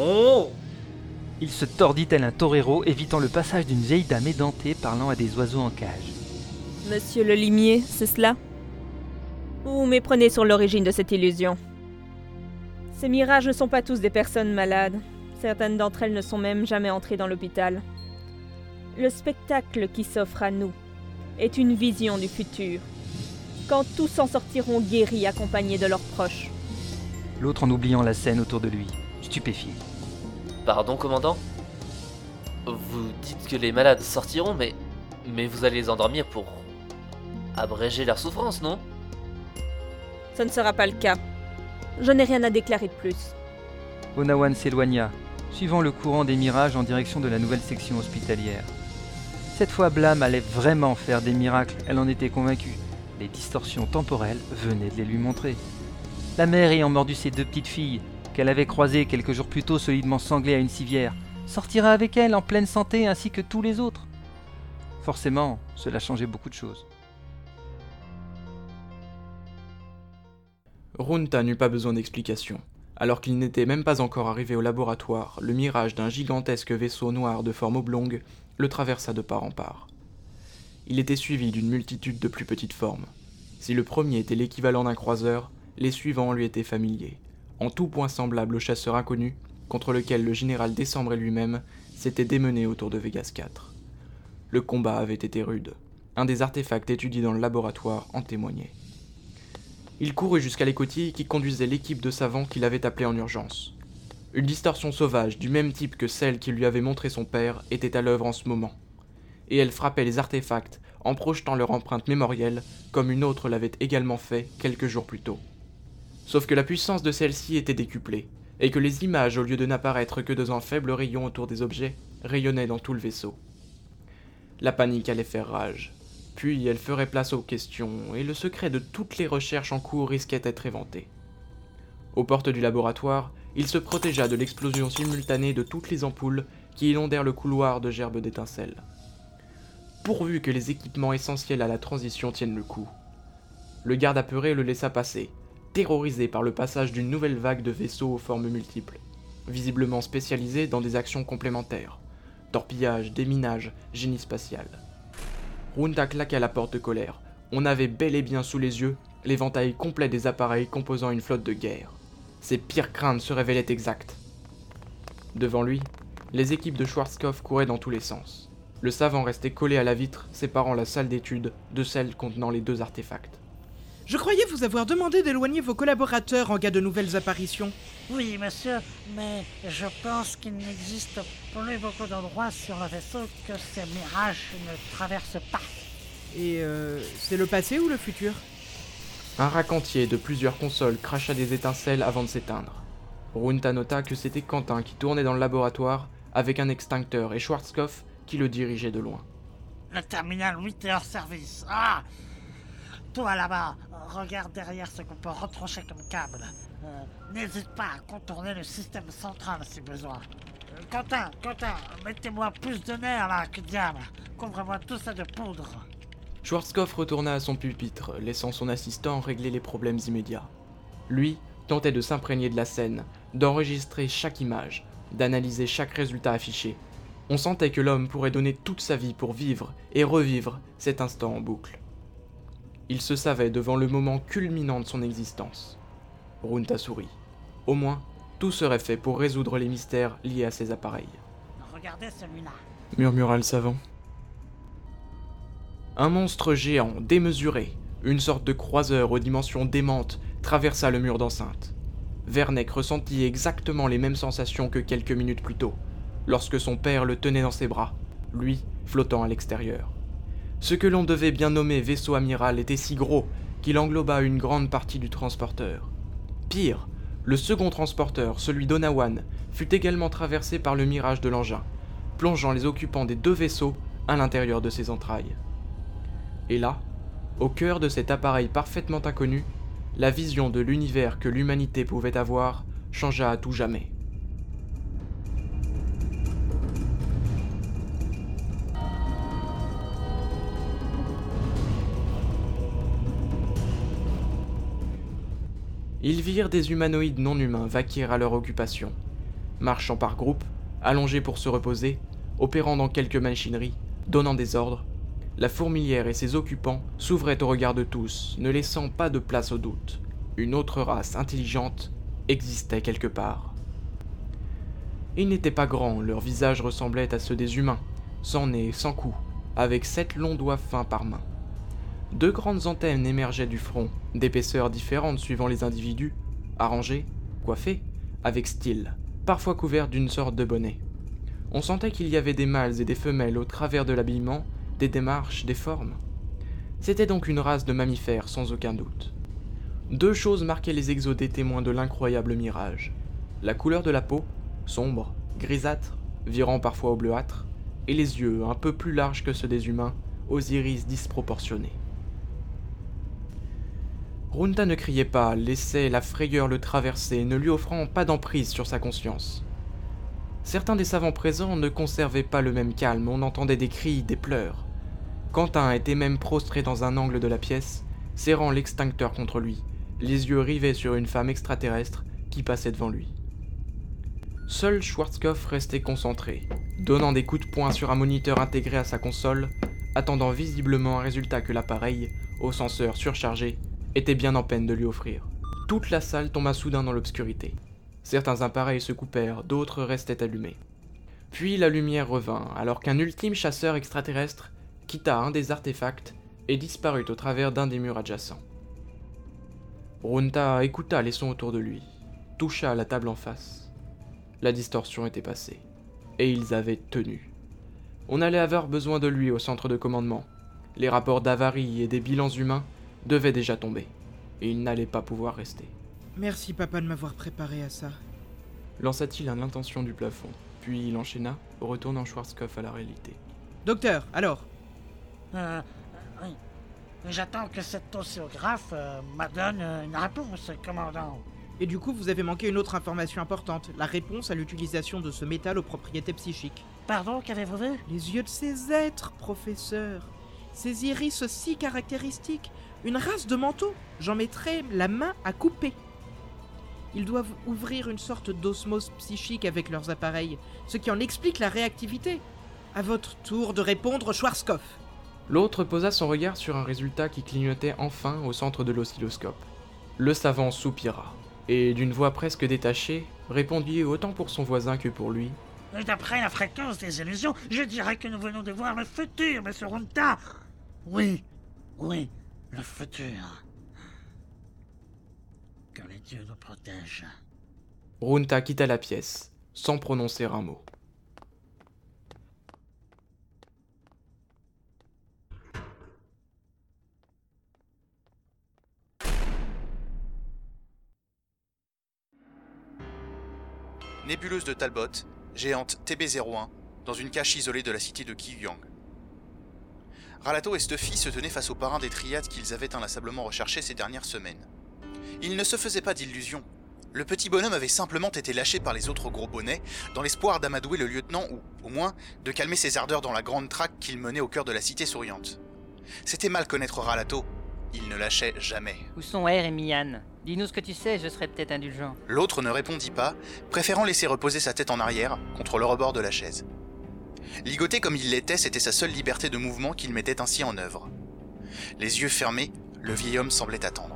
Il se tordit tel un torero, évitant le passage d'une vieille dame édentée parlant à des oiseaux en cage. Monsieur le limier, c'est cela ? Vous vous méprenez sur l'origine de cette illusion. Ces mirages ne sont pas tous des personnes malades. Certaines d'entre elles ne sont même jamais entrées dans l'hôpital. Le spectacle qui s'offre à nous est une vision du futur, quand tous en sortiront guéris accompagnés de leurs proches. L'autre en oubliant la scène autour de lui, stupéfié. Pardon, commandant ? Vous dites que les malades sortiront, mais... Mais vous allez les endormir pour... abréger leur souffrance, non ? Ce ne sera pas le cas. Je n'ai rien à déclarer de plus. Onawan s'éloigna, suivant le courant des mirages en direction de la nouvelle section hospitalière. Cette fois, Blam allait vraiment faire des miracles, elle en était convaincue. Les distorsions temporelles venaient de les lui montrer. La mère ayant mordu ses deux petites filles, qu'elle avait croisées quelques jours plus tôt solidement sanglées à une civière, sortira avec elle en pleine santé ainsi que tous les autres. Forcément, cela changeait beaucoup de choses. Runta n'eut pas besoin d'explication. Alors qu'il n'était même pas encore arrivé au laboratoire, le mirage d'un gigantesque vaisseau noir de forme oblongue le traversa de part en part. Il était suivi d'une multitude de plus petites formes. Si le premier était l'équivalent d'un croiseur, les suivants lui étaient familiers, en tout point semblables au chasseur inconnu contre lequel le général Décembre lui-même s'était démené autour de Vegas quatre. Le combat avait été rude. Un des artefacts étudiés dans le laboratoire en témoignait. Il courut jusqu'à l'écoutille qui conduisait l'équipe de savants qu'il avait appelé en urgence. Une distorsion sauvage du même type que celle qu'il lui avait montré son père était à l'œuvre en ce moment, et elle frappait les artefacts en projetant leur empreinte mémorielle comme une autre l'avait également fait quelques jours plus tôt. Sauf que la puissance de celle-ci était décuplée, et que les images, au lieu de n'apparaître que dans un faible rayon autour des objets, rayonnaient dans tout le vaisseau. La panique allait faire rage. Puis elle ferait place aux questions, et le secret de toutes les recherches en cours risquait d'être éventé. Aux portes du laboratoire, il se protégea de l'explosion simultanée de toutes les ampoules qui inondèrent le couloir de gerbes d'étincelles. Pourvu que les équipements essentiels à la transition tiennent le coup. Le garde apeuré le laissa passer, terrorisé par le passage d'une nouvelle vague de vaisseaux aux formes multiples, visiblement spécialisés dans des actions complémentaires, torpillage, déminage, génie spatial. Runta claqua la porte de colère. On avait bel et bien sous les yeux l'éventail complet des appareils composant une flotte de guerre. Ses pires craintes se révélaient exactes. Devant lui, les équipes de Schwarzkopf couraient dans tous les sens. Le savant restait collé à la vitre, séparant la salle d'études de celle contenant les deux artefacts. Je croyais vous avoir demandé d'éloigner vos collaborateurs en cas de nouvelles apparitions. Oui, monsieur, mais je pense qu'il n'existe plus beaucoup d'endroits sur le vaisseau que ces mirages ne traversent pas. Et euh, c'est le passé ou le futur ? Un racantier de plusieurs consoles cracha des étincelles avant de s'éteindre. Runta nota que c'était Quentin qui tournait dans le laboratoire avec un extincteur et Schwarzkopf qui le dirigeait de loin. Le terminal huit est hors service. Ah ! Toi là-bas, regarde derrière ce qu'on peut retrancher comme câble. Euh, N'hésite pas à contourner le système central si besoin. Euh, Quentin, Quentin, mettez-moi plus de nerfs là, que diable. Couvre-moi tout ça de poudre. Schwarzkopf retourna à son pupitre, laissant son assistant régler les problèmes immédiats. Lui tentait de s'imprégner de la scène, d'enregistrer chaque image, d'analyser chaque résultat affiché. On sentait que l'homme pourrait donner toute sa vie pour vivre et revivre cet instant en boucle. Il se savait devant le moment culminant de son existence. Runta sourit. Au moins, tout serait fait pour résoudre les mystères liés à ces appareils. Regardez celui-là, murmura le savant. Un monstre géant, démesuré, une sorte de croiseur aux dimensions démentes, traversa le mur d'enceinte. Verneck ressentit exactement les mêmes sensations que quelques minutes plus tôt, lorsque son père le tenait dans ses bras, lui flottant à l'extérieur. Ce que l'on devait bien nommer vaisseau amiral était si gros qu'il engloba une grande partie du transporteur. Pire, le second transporteur, celui d'Onawan, fut également traversé par le mirage de l'engin, plongeant les occupants des deux vaisseaux à l'intérieur de ses entrailles. Et là, au cœur de cet appareil parfaitement inconnu, la vision de l'univers que l'humanité pouvait avoir changea à tout jamais. Ils virent des humanoïdes non humains vaquer à leur occupation, marchant par groupes, allongés pour se reposer, opérant dans quelques machineries, donnant des ordres. La fourmilière et ses occupants s'ouvraient au regard de tous, ne laissant pas de place au doute. Une autre race intelligente existait quelque part. Ils n'étaient pas grands, leurs visages ressemblaient à ceux des humains, sans nez, sans cou, avec sept longs doigts fins par main. Deux grandes antennes émergeaient du front, d'épaisseurs différentes suivant les individus, arrangés, coiffés, avec style, parfois couverts d'une sorte de bonnet. On sentait qu'il y avait des mâles et des femelles au travers de l'habillement, des démarches, des formes. C'était donc une race de mammifères sans aucun doute. Deux choses marquaient les exodés témoins de l'incroyable mirage. La couleur de la peau, sombre, grisâtre, virant parfois au bleuâtre, et les yeux, un peu plus larges que ceux des humains, aux iris disproportionnés. Runta ne criait pas, laissait la frayeur le traverser, ne lui offrant pas d'emprise sur sa conscience. Certains des savants présents ne conservaient pas le même calme, on entendait des cris, des pleurs. Quentin était même prostré dans un angle de la pièce, serrant l'extincteur contre lui, les yeux rivés sur une femme extraterrestre qui passait devant lui. Seul Schwarzkopf restait concentré, donnant des coups de poing sur un moniteur intégré à sa console, attendant visiblement un résultat que l'appareil, au senseur surchargé, était bien en peine de lui offrir. Toute la salle tomba soudain dans l'obscurité. Certains appareils se coupèrent, d'autres restaient allumés. Puis la lumière revint, alors qu'un ultime chasseur extraterrestre quitta un des artefacts et disparut au travers d'un des murs adjacents. Runta écouta les sons autour de lui, toucha la table en face. La distorsion était passée, et ils avaient tenu. On allait avoir besoin de lui au centre de commandement. Les rapports d'avarie et des bilans humains devaient déjà tomber, et il n'allait pas pouvoir rester. Merci papa de m'avoir préparé à ça. Lança-t-il à l'intention du plafond, puis il enchaîna, retournant Schwarzkopf à la réalité. Docteur, alors Euh... Oui. J'attends que cet oscillographe euh, me donne une réponse, commandant. Et du coup, vous avez manqué une autre information importante, la réponse à l'utilisation de ce métal aux propriétés psychiques. Pardon, qu'avez-vous vu? Les yeux de ces êtres, professeur. Ces iris si caractéristiques. Une race de manteaux. J'en mettrai la main à couper. Ils doivent ouvrir une sorte d'osmose psychique avec leurs appareils, ce qui en explique la réactivité. À votre tour de répondre, Schwarzkopf. L'autre posa son regard sur un résultat qui clignotait enfin au centre de l'oscilloscope. Le savant soupira, et d'une voix presque détachée, répondit autant pour son voisin que pour lui. D'après la fréquence des illusions, je dirais que nous venons de voir le futur, monsieur Runta. Oui, oui, le futur. Que les dieux nous protègent. Runta quitta la pièce, sans prononcer un mot. Nébuleuse de Talbot, géante T B zéro un, dans une cache isolée de la cité de Qiyang. Ralato et Stuffy se tenaient face aux parrains des triades qu'ils avaient inlassablement recherchés ces dernières semaines. Ils ne se faisaient pas d'illusions. Le petit bonhomme avait simplement été lâché par les autres gros bonnets, dans l'espoir d'amadouer le lieutenant ou, au moins, de calmer ses ardeurs dans la grande traque qu'il menait au cœur de la cité souriante. C'était mal connaître Ralato. Il ne lâchait jamais. Où sont R et Mian? Dis-nous ce que tu sais, je serais peut-être indulgent. L'autre ne répondit pas, préférant laisser reposer sa tête en arrière, contre le rebord de la chaise. Ligoté comme il l'était, c'était sa seule liberté de mouvement qu'il mettait ainsi en œuvre. Les yeux fermés, le vieil homme semblait attendre.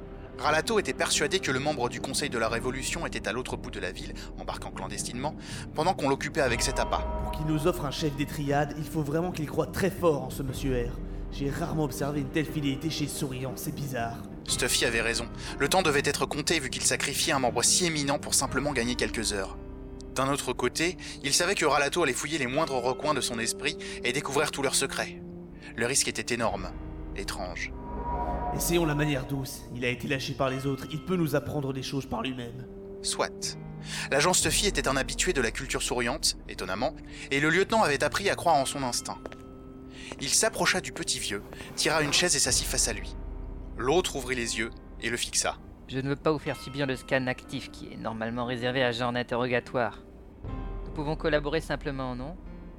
Ralato était persuadé que le membre du Conseil de la Révolution était à l'autre bout de la ville, embarquant clandestinement, pendant qu'on l'occupait avec cet appât. Pour qu'il nous offre un chef des triades, il faut vraiment qu'il croie très fort en ce monsieur R. J'ai rarement observé une telle fidélité chez Souriant, c'est bizarre. Stuffy avait raison. Le temps devait être compté vu qu'il sacrifiait un membre si éminent pour simplement gagner quelques heures. D'un autre côté, il savait que Ralato allait fouiller les moindres recoins de son esprit et découvrir tous leurs secrets. Le risque était énorme, étrange. Essayons la manière douce. Il a été lâché par les autres, il peut nous apprendre des choses par lui-même. Soit. L'agent Stuffy était un habitué de la culture souriante, étonnamment, et le lieutenant avait appris à croire en son instinct. Il s'approcha du petit vieux, tira une chaise et s'assit face à lui. L'autre ouvrit les yeux et le fixa. Je ne veux pas vous faire subir le scan actif qui est normalement réservé à genre d'interrogatoire. Nous pouvons collaborer simplement, non?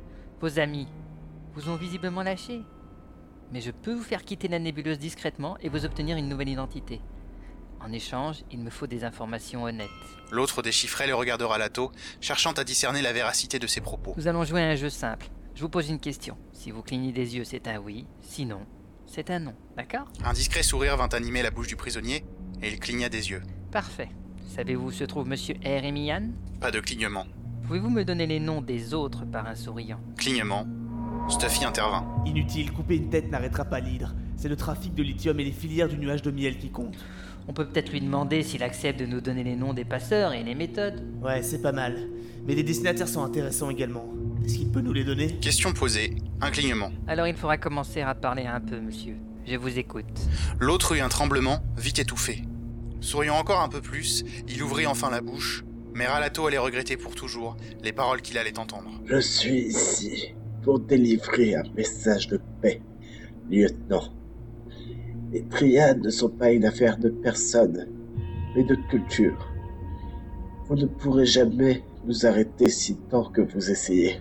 Vos amis vous ont visiblement lâché. Mais je peux vous faire quitter la nébuleuse discrètement et vous obtenir une nouvelle identité. En échange, il me faut des informations honnêtes. L'autre déchiffrait le regard de Ralato, cherchant à discerner la véracité de ses propos. Nous allons jouer à un jeu simple. Je vous pose une question. Si vous clignez des yeux, c'est un oui. Sinon, c'est un non. D'accord? Un discret sourire vint animer la bouche du prisonnier, et il cligna des yeux. Parfait. Savez-vous où se trouve Monsieur R et Mian? Pas de clignement. Pouvez-vous me donner les noms des autres par un souriant? Clignement. Stuffy intervint. Inutile, couper une tête n'arrêtera pas l'hydre. C'est le trafic de lithium et les filières du nuage de miel qui comptent. On peut peut-être lui demander s'il accepte de nous donner les noms des passeurs et les méthodes. Ouais, c'est pas mal. Mais les destinataires sont intéressants également. Est-ce qu'il peut nous les donner? Question posée. Un clignement. Alors il faudra commencer à parler un peu, monsieur. Je vous écoute. L'autre eut un tremblement, vite étouffé. Souriant encore un peu plus, il ouvrit enfin la bouche, mais Ralato allait regretter pour toujours les paroles qu'il allait entendre. Je suis ici pour délivrer un message de paix, lieutenant. Les triades ne sont pas une affaire de personne, mais de culture. Vous ne pourrez jamais nous arrêter si tant que vous essayez.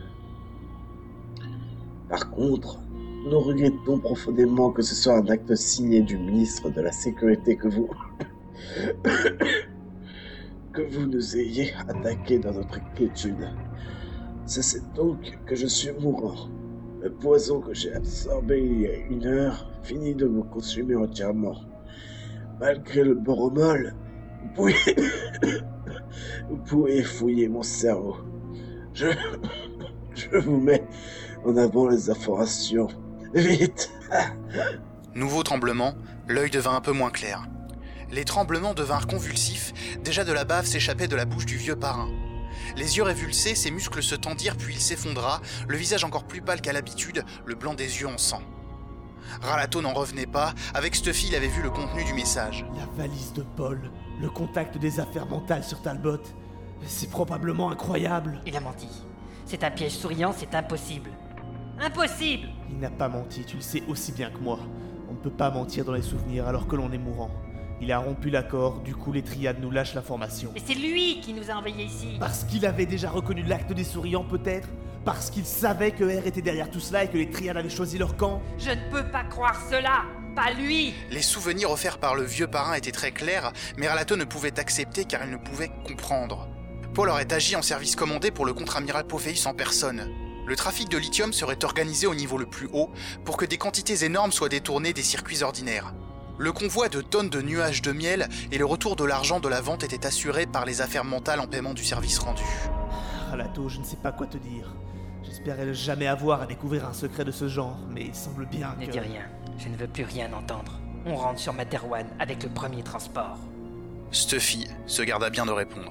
Par contre, nous regrettons profondément que ce soit un acte signé du ministre de la Sécurité que vous que vous nous ayez attaqués dans notre quiétude. C'est donc que je suis mourant. Le poison que j'ai absorbé il y a une heure finit de me consumer entièrement. Malgré le boromol, vous pouvez... vous pouvez fouiller mon cerveau. Je... je vous mets en avant les informations. Vite! Nouveau tremblement, l'œil devint un peu moins clair. Les tremblements devinrent convulsifs, déjà de la bave s'échappait de la bouche du vieux parrain. Les yeux révulsés, ses muscles se tendirent puis il s'effondra, le visage encore plus pâle qu'à l'habitude, le blanc des yeux en sang. Ralato n'en revenait pas, avec Stuffy il avait vu le contenu du message. La valise de Paul, le contact des affaires mentales sur Talbot. C'est probablement incroyable. Il a menti. C'est un piège souriant, c'est impossible. Impossible! Il n'a pas menti, tu le sais aussi bien que moi. On ne peut pas mentir dans les souvenirs alors que l'on est mourant. Il a rompu l'accord, du coup les triades nous lâchent l'information. Mais c'est lui qui nous a envoyés ici. Parce qu'il avait déjà reconnu l'acte des souriants peut-être? Parce qu'il savait que R était derrière tout cela et que les triades avaient choisi leur camp? Je ne peux pas croire cela. Pas lui. Les souvenirs offerts par le vieux parrain étaient très clairs, mais Ralato ne pouvait accepter car il ne pouvait comprendre. Paul aurait agi en service commandé pour le contre-amiral Pophéus en personne. Le trafic de lithium serait organisé au niveau le plus haut pour que des quantités énormes soient détournées des circuits ordinaires. Le convoi de tonnes de nuages de miel et le retour de l'argent de la vente étaient assurés par les affaires mentales en paiement du service rendu. Ralato, je ne sais pas quoi te dire. J'espérais ne jamais avoir à découvrir un secret de ce genre, mais il semble bien que... Ne dis rien, je ne veux plus rien entendre. On rentre sur Materwan avec le premier transport. Stuffy se garda bien de répondre.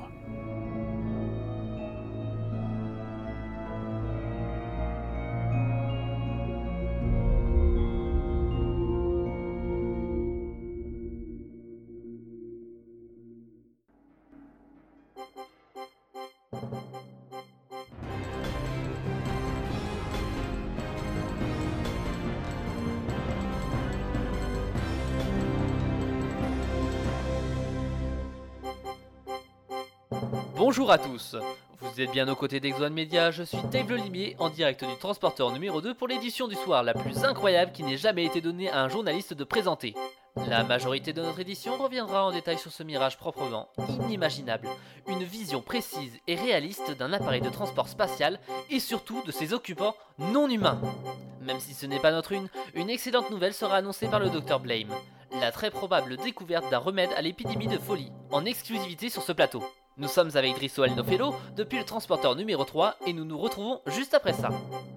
Bonjour à tous, vous êtes bien aux côtés d'Exone Media, je suis Dave Le Limier, en direct du transporteur numéro deux pour l'édition du soir la plus incroyable qui n'ait jamais été donnée à un journaliste de présenter. La majorité de notre édition reviendra en détail sur ce mirage proprement inimaginable, une vision précise et réaliste d'un appareil de transport spatial et surtout de ses occupants non humains. Même si ce n'est pas notre une, une excellente nouvelle sera annoncée par le docteur Blame, la très probable découverte d'un remède à l'épidémie de folie, en exclusivité sur ce plateau. Nous sommes avec Drisso El Nofelo depuis le transporteur numéro trois et nous nous retrouvons juste après ça.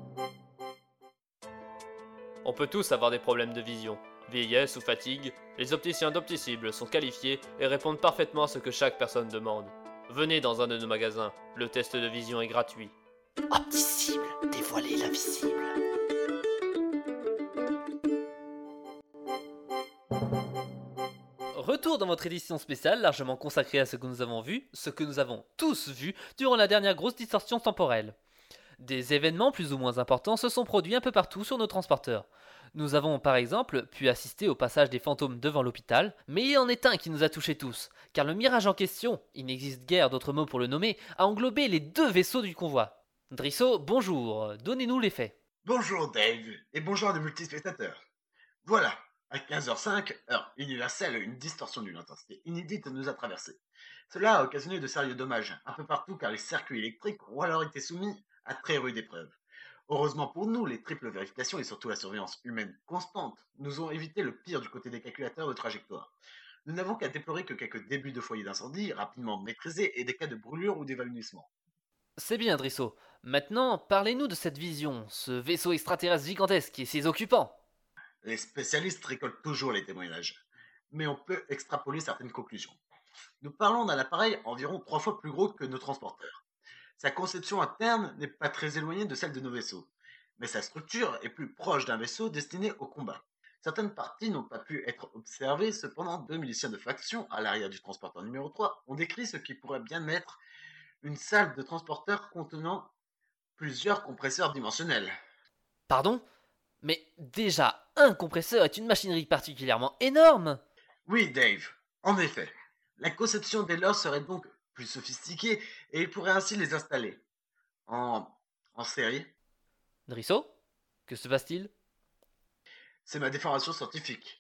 On peut tous avoir des problèmes de vision. Vieillesse ou fatigue, les opticiens d'Opticible sont qualifiés et répondent parfaitement à ce que chaque personne demande. Venez dans un de nos magasins, le test de vision est gratuit. Opticible, dévoilez l'invisible. Retour dans votre édition spéciale largement consacrée à ce que nous avons vu, ce que nous avons tous vu durant la dernière grosse distorsion temporelle. Des événements plus ou moins importants se sont produits un peu partout sur nos transporteurs. Nous avons par exemple pu assister au passage des fantômes devant l'hôpital, mais il en est un qui nous a touchés tous, car le mirage en question, il n'existe guère d'autres mots pour le nommer, a englobé les deux vaisseaux du convoi. Drisso, bonjour, donnez-nous les faits. Bonjour Dave, et bonjour à nos multispectateurs. Voilà, à quinze heures cinq, heure universelle, une distorsion d'une intensité inédite nous a traversé. Cela a occasionné de sérieux dommages, un peu partout car les circuits électriques ont alors été soumis à très rude épreuve. Heureusement pour nous, les triples vérifications et surtout la surveillance humaine constante nous ont évité le pire du côté des calculateurs de trajectoire. Nous n'avons qu'à déplorer que quelques débuts de foyers d'incendie rapidement maîtrisés et des cas de brûlure ou d'évanouissement. C'est bien Drisso. Maintenant, parlez-nous de cette vision, ce vaisseau extraterrestre gigantesque et ses occupants. Les spécialistes récoltent toujours les témoignages, mais on peut extrapoler certaines conclusions. Nous parlons d'un appareil environ trois fois plus gros que nos transporteurs. Sa conception interne n'est pas très éloignée de celle de nos vaisseaux, mais sa structure est plus proche d'un vaisseau destiné au combat. Certaines parties n'ont pas pu être observées, cependant deux miliciens de faction à l'arrière du transporteur numéro trois ont décrit ce qui pourrait bien être une salle de transporteur contenant plusieurs compresseurs dimensionnels. Pardon ? Mais déjà, un compresseur est une machinerie particulièrement énorme. Oui, Dave, en effet. La conception des leurs serait donc plus sophistiquée et il pourrait ainsi les installer en, en série. Drisso, que se passe-t-il ? C'est ma déformation scientifique.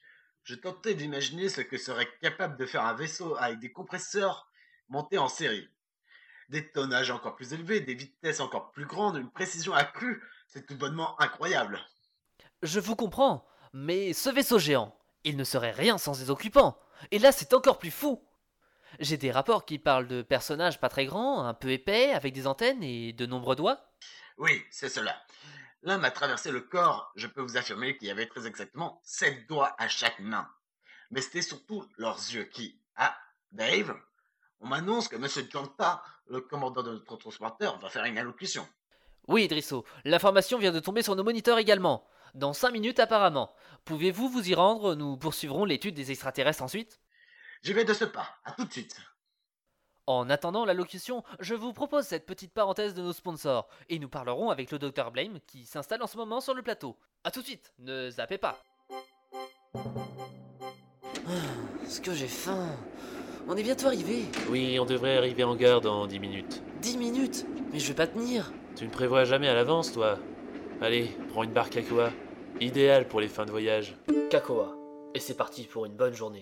Je tentais d'imaginer ce que serait capable de faire un vaisseau avec des compresseurs montés en série. Des tonnages encore plus élevés, des vitesses encore plus grandes, une précision accrue, c'est tout bonnement incroyable. Je vous comprends, mais ce vaisseau géant, il ne serait rien sans ses occupants. Et là, c'est encore plus fou. J'ai des rapports qui parlent de personnages pas très grands, un peu épais, avec des antennes et de nombreux doigts. Oui, c'est cela. L'un m'a traversé le corps, je peux vous affirmer qu'il y avait très exactement sept doigts à chaque main. Mais c'était surtout leurs yeux qui... Ah, Dave, on m'annonce que Monsieur Jonta, le commandant de notre transporteur, va faire une allocution. Oui, Drisso, l'information vient de tomber sur nos moniteurs également. Dans cinq minutes apparemment. Pouvez-vous vous y rendre? Nous poursuivrons l'étude des extraterrestres ensuite. J'y vais de ce pas, à tout de suite. En attendant l'allocution, je vous propose cette petite parenthèse de nos sponsors, et nous parlerons avec le docteur Blame qui s'installe en ce moment sur le plateau. A tout de suite, ne zappez pas. Est-ce que j'ai faim? On est bientôt arrivé. Oui, on devrait arriver en gare dans dix minutes. dix minutes? Mais je vais pas tenir. Tu ne prévois jamais à l'avance, toi. Allez, prends une barre Kakoa. Idéal pour les fins de voyage. Kakoa. Et c'est parti pour une bonne journée.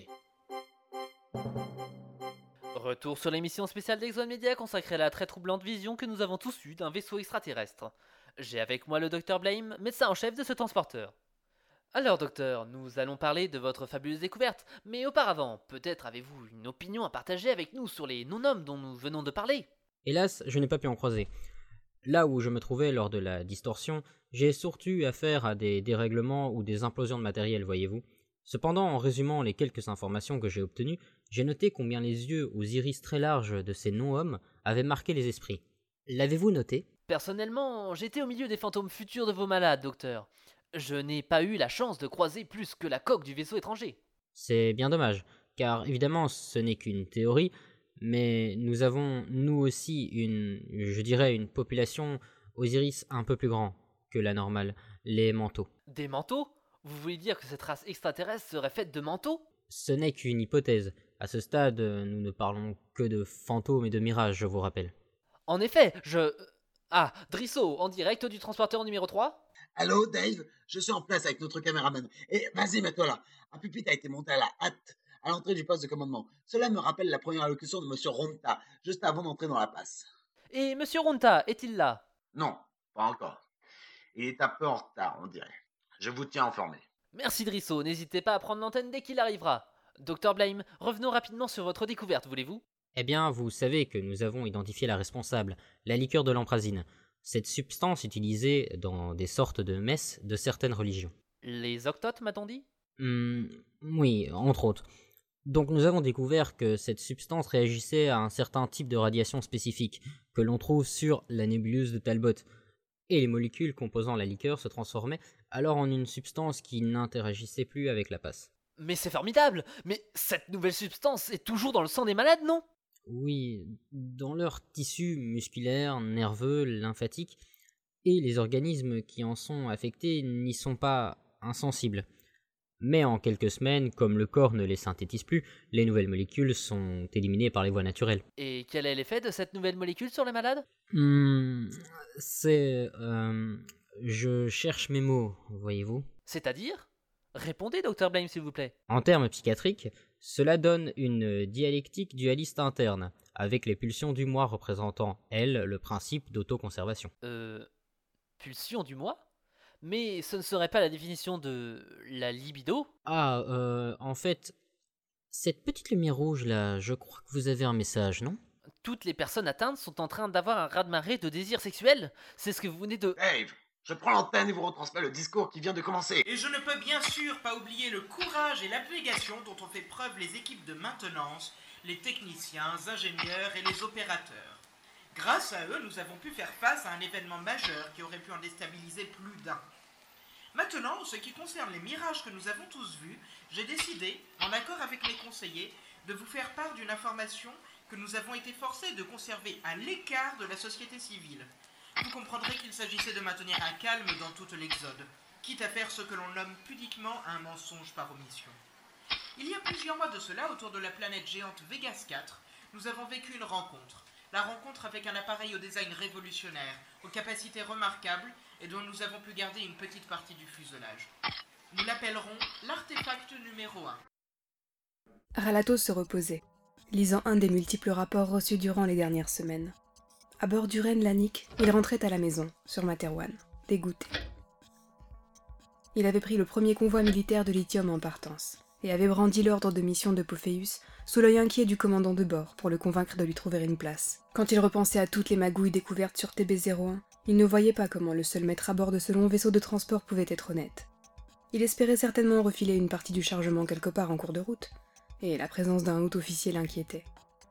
Retour sur l'émission spéciale d'Exone Media consacrée à la très troublante vision que nous avons tous eue d'un vaisseau extraterrestre. J'ai avec moi le docteur Blame, médecin en chef de ce transporteur. Alors docteur, nous allons parler de votre fabuleuse découverte, mais auparavant, peut-être avez-vous une opinion à partager avec nous sur les non-hommes dont nous venons de parler? Hélas, je n'ai pas pu en croiser. Là où je me trouvais lors de la distorsion, j'ai surtout eu affaire à des dérèglements ou des implosions de matériel, voyez-vous. Cependant, en résumant les quelques informations que j'ai obtenues, j'ai noté combien les yeux aux iris très larges de ces non-hommes avaient marqué les esprits. L'avez-vous noté? Personnellement, j'étais au milieu des fantômes futurs de vos malades, docteur. Je n'ai pas eu la chance de croiser plus que la coque du vaisseau étranger. C'est bien dommage, car évidemment ce n'est qu'une théorie, mais nous avons, nous aussi, une, je dirais, une population aux iris un peu plus grand que la normale, les manteaux. Des manteaux? Vous voulez dire que cette race extraterrestre serait faite de manteaux? Ce n'est qu'une hypothèse. À ce stade, nous ne parlons que de fantômes et de mirages, je vous rappelle. En effet, je... Ah, Drisso, en direct du transporteur numéro trois? Allô, Dave? Je suis en place avec notre caméraman. Et vas-y, mets-toi là. Un pupitre a été monté à la hâte à l'entrée du poste de commandement. Cela me rappelle la première allocution de Monsieur Ronta, juste avant d'entrer dans la passe. Et Monsieur Ronta, est-il là? Non, pas encore. Il est un peu en retard, on dirait. Je vous tiens informé. Merci Drisso, n'hésitez pas à prendre l'antenne dès qu'il arrivera. docteur Blame, revenons rapidement sur votre découverte, voulez-vous? Eh bien, vous savez que nous avons identifié la responsable, la liqueur de l'emprazine. Cette substance utilisée dans des sortes de messes de certaines religions. Les octotes, m'a-t-on dit? Hum, oui, entre autres. Donc nous avons découvert que cette substance réagissait à un certain type de radiation spécifique, que l'on trouve sur la nébuleuse de Talbot. Et les molécules composant la liqueur se transformaient alors en une substance qui n'interagissait plus avec la passe. Mais c'est formidable! Mais cette nouvelle substance est toujours dans le sang des malades, non? Oui, dans leurs tissus musculaires, nerveux, lymphatiques, et les organismes qui en sont affectés n'y sont pas insensibles. Mais en quelques semaines, comme le corps ne les synthétise plus, les nouvelles molécules sont éliminées par les voies naturelles. Et quel est l'effet de cette nouvelle molécule sur les malades? Hmm, c'est... Euh, je cherche mes mots, voyez-vous. C'est-à-dire? Répondez, docteur Blame, s'il vous plaît. En termes psychiatriques, cela donne une dialectique dualiste interne, avec les pulsions du moi représentant, elles, le principe d'autoconservation. Euh... Pulsion du moi? Mais ce ne serait pas la définition de la libido? Ah, euh, en fait, cette petite lumière rouge là, je crois que vous avez un message, non? Toutes les personnes atteintes sont en train d'avoir un raz-de-marée de désir sexuel? C'est ce que vous venez de... Dave, je prends l'antenne et vous retransmets le discours qui vient de commencer. Et je ne peux bien sûr pas oublier le courage et l'abnégation dont ont fait preuve les équipes de maintenance, les techniciens, ingénieurs et les opérateurs. Grâce à eux, nous avons pu faire face à un événement majeur qui aurait pu en déstabiliser plus d'un. Maintenant, en ce qui concerne les mirages que nous avons tous vus, j'ai décidé, en accord avec mes conseillers, de vous faire part d'une information que nous avons été forcés de conserver à l'écart de la société civile. Vous comprendrez qu'il s'agissait de maintenir un calme dans toute l'Exode, quitte à faire ce que l'on nomme pudiquement un mensonge par omission. Il y a plusieurs mois de cela, autour de la planète géante Vegas quatre, nous avons vécu une rencontre. La rencontre avec un appareil au design révolutionnaire, aux capacités remarquables et dont nous avons pu garder une petite partie du fuselage. Nous l'appellerons l'artefact numéro un. Ralatos se reposait, lisant un des multiples rapports reçus durant les dernières semaines. À bord du Ren Lanik, il rentrait à la maison, sur Materwan, dégoûté. Il avait pris le premier convoi militaire de lithium en partance, et avait brandi l'ordre de mission de Pophéus sous l'œil inquiet du commandant de bord pour le convaincre de lui trouver une place. Quand il repensait à toutes les magouilles découvertes sur T B zéro un, il ne voyait pas comment le seul maître à bord de ce long vaisseau de transport pouvait être honnête. Il espérait certainement refiler une partie du chargement quelque part en cours de route, et la présence d'un haut officier l'inquiétait.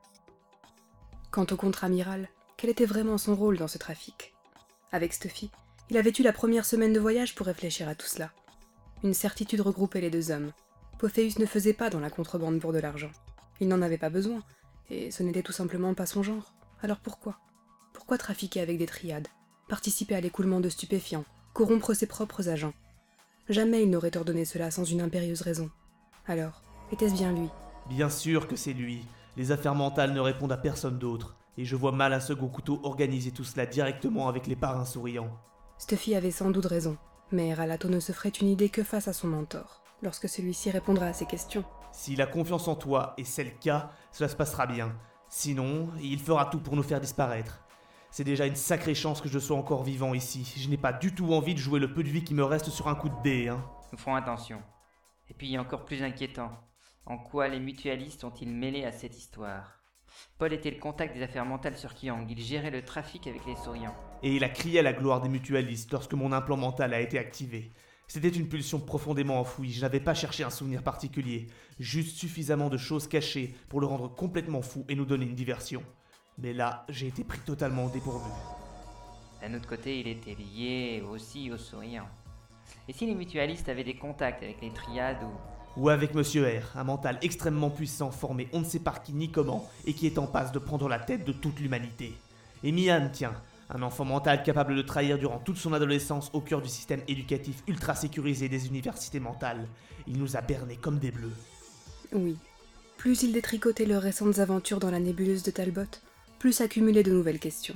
Quant au contre-amiral, quel était vraiment son rôle dans ce trafic? Avec Stuffy, il avait eu la première semaine de voyage pour réfléchir à tout cela. Une certitude regroupait les deux hommes. Pophéus ne faisait pas dans la contrebande pour de l'argent. Il n'en avait pas besoin, et ce n'était tout simplement pas son genre. Alors pourquoi? Pourquoi trafiquer avec des triades, participer à l'écoulement de stupéfiants, corrompre ses propres agents? Jamais il n'aurait ordonné cela sans une impérieuse raison. Alors, était-ce bien lui? Bien sûr que c'est lui. Les affaires mentales ne répondent à personne d'autre, et je vois mal un second couteau organiser tout cela directement avec les parrains souriants. Stuffy avait sans doute raison, mais Ralato ne se ferait une idée que face à son mentor, lorsque celui-ci répondra à ses questions. S'il a confiance en toi, et c'est le cas, cela se passera bien. Sinon, il fera tout pour nous faire disparaître. C'est déjà une sacrée chance que je sois encore vivant ici. Je n'ai pas du tout envie de jouer le peu de vie qui me reste sur un coup de dé, hein. Nous ferons attention. Et puis, encore plus inquiétant, en quoi les mutualistes sont-ils mêlés à cette histoire? Paul était le contact des affaires mentales sur Kyang, il gérait le trafic avec les souriants. Et il a crié à la gloire des mutualistes lorsque mon implant mental a été activé. C'était une pulsion profondément enfouie, je n'avais pas cherché un souvenir particulier, juste suffisamment de choses cachées pour le rendre complètement fou et nous donner une diversion. Mais là, j'ai été pris totalement au dépourvu. D'un autre côté, il était lié aussi aux souriants. Et si les mutualistes avaient des contacts avec les triades ou... Ou avec Monsieur R, un mental extrêmement puissant formé on ne sait par qui ni comment, et qui est en passe de prendre la tête de toute l'humanité. Et Mian, tiens, un enfant mental capable de trahir durant toute son adolescence au cœur du système éducatif ultra sécurisé des universités mentales. Il nous a bernés comme des bleus. Oui. Plus il détricotait leurs récentes aventures dans la nébuleuse de Talbot, plus s'accumulaient de nouvelles questions.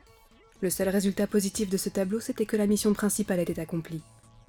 Le seul résultat positif de ce tableau, c'était que la mission principale était accomplie.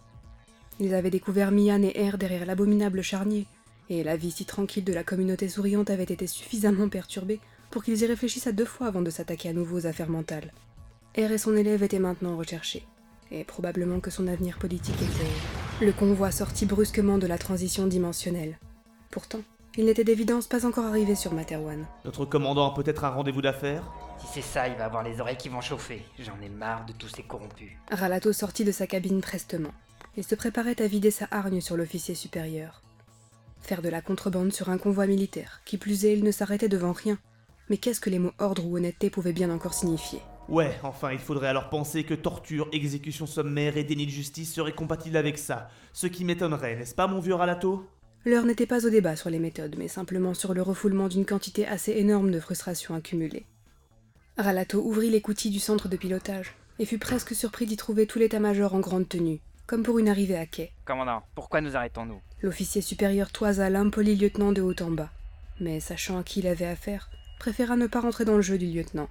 Ils avaient découvert Mian et R derrière l'abominable charnier, et la vie si tranquille de la communauté souriante avait été suffisamment perturbée pour qu'ils y réfléchissent à deux fois avant de s'attaquer à nouveau aux affaires mentales. R et son élève étaient maintenant recherchés, et probablement que son avenir politique était... Le convoi sortit brusquement de la transition dimensionnelle. Pourtant, il n'était d'évidence pas encore arrivé sur Materwan. Notre commandant a peut-être un rendez-vous d'affaires? Si c'est ça, il va avoir les oreilles qui vont chauffer. J'en ai marre de tous ces corrompus. Ralato sortit de sa cabine prestement. Il se préparait à vider sa hargne sur l'officier supérieur. Faire de la contrebande sur un convoi militaire, qui plus est, il ne s'arrêtait devant rien. Mais qu'est-ce que les mots ordre ou honnêteté pouvaient bien encore signifier? Ouais, enfin, il faudrait alors penser que torture, exécution sommaire et déni de justice seraient compatibles avec ça. Ce qui m'étonnerait, n'est-ce pas, mon vieux Ralato? L'heure n'était pas au débat sur les méthodes, mais simplement sur le refoulement d'une quantité assez énorme de frustrations accumulées. Ralato ouvrit l'écoutille du centre de pilotage, et fut presque surpris d'y trouver tout l'état-major en grande tenue, comme pour une arrivée à quai. Commandant, pourquoi nous arrêtons-nous? L'officier supérieur toisa l'impoli lieutenant de haut en bas, mais sachant à qui il avait affaire, préféra ne pas rentrer dans le jeu du lieutenant.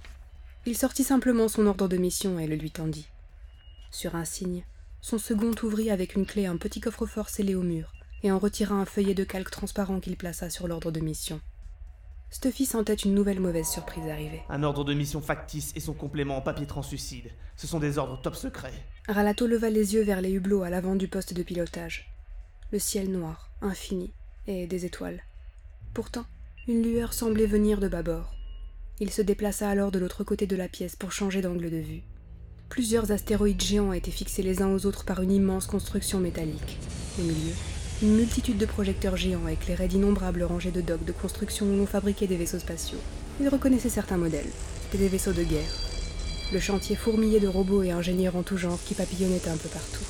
Il sortit simplement son ordre de mission et le lui tendit. Sur un signe, son second ouvrit avec une clé un petit coffre-fort scellé au mur, et en retira un feuillet de calque transparent qu'il plaça sur l'ordre de mission. Stuffy sentait une nouvelle mauvaise surprise arriver. Un ordre de mission factice et son complément en papier translucide. Ce sont des ordres top secrets. Ralato leva les yeux vers les hublots à l'avant du poste de pilotage. Le ciel noir, infini, et des étoiles. Pourtant, une lueur semblait venir de bâbord. Il se déplaça alors de l'autre côté de la pièce pour changer d'angle de vue. Plusieurs astéroïdes géants étaient fixés les uns aux autres par une immense construction métallique. Au milieu, une multitude de projecteurs géants éclairaient d'innombrables rangées de docks de construction où l'on fabriquait des vaisseaux spatiaux. Il reconnaissait certains modèles. C'était des vaisseaux de guerre. Le chantier fourmillait de robots et ingénieurs en tout genre qui papillonnaient un peu partout.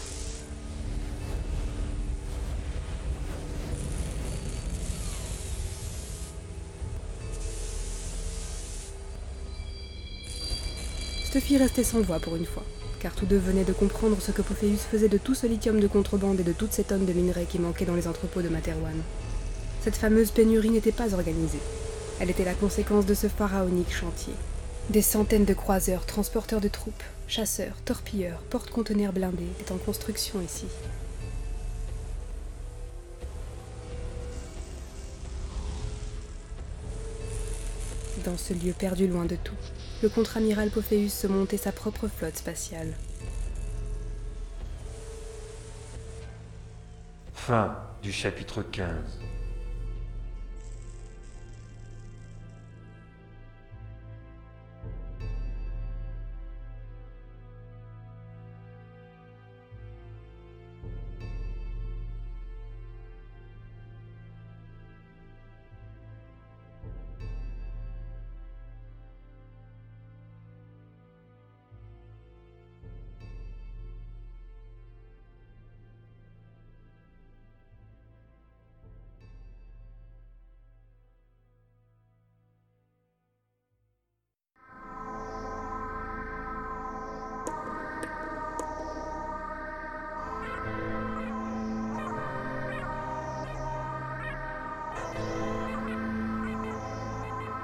Stuffy restait sans voix pour une fois, car tous deux venaient de comprendre ce que Pophéus faisait de tout ce lithium de contrebande et de toutes ces tonnes de minerais qui manquaient dans les entrepôts de Materwan. Cette fameuse pénurie n'était pas organisée. Elle était la conséquence de ce pharaonique chantier. Des centaines de croiseurs, transporteurs de troupes, chasseurs, torpilleurs, porte-conteneurs blindés étaient en construction ici. dans ce lieu perdu loin de tout, le contre-amiral Pophéus se montait sa propre flotte spatiale. Fin du chapitre quinze.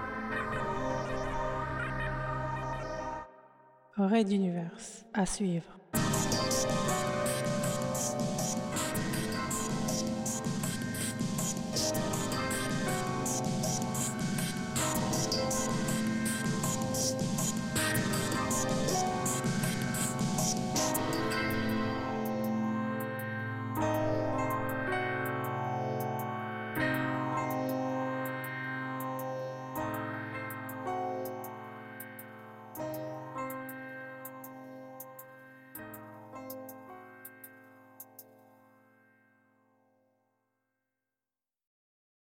Raid d'univers, à suivre.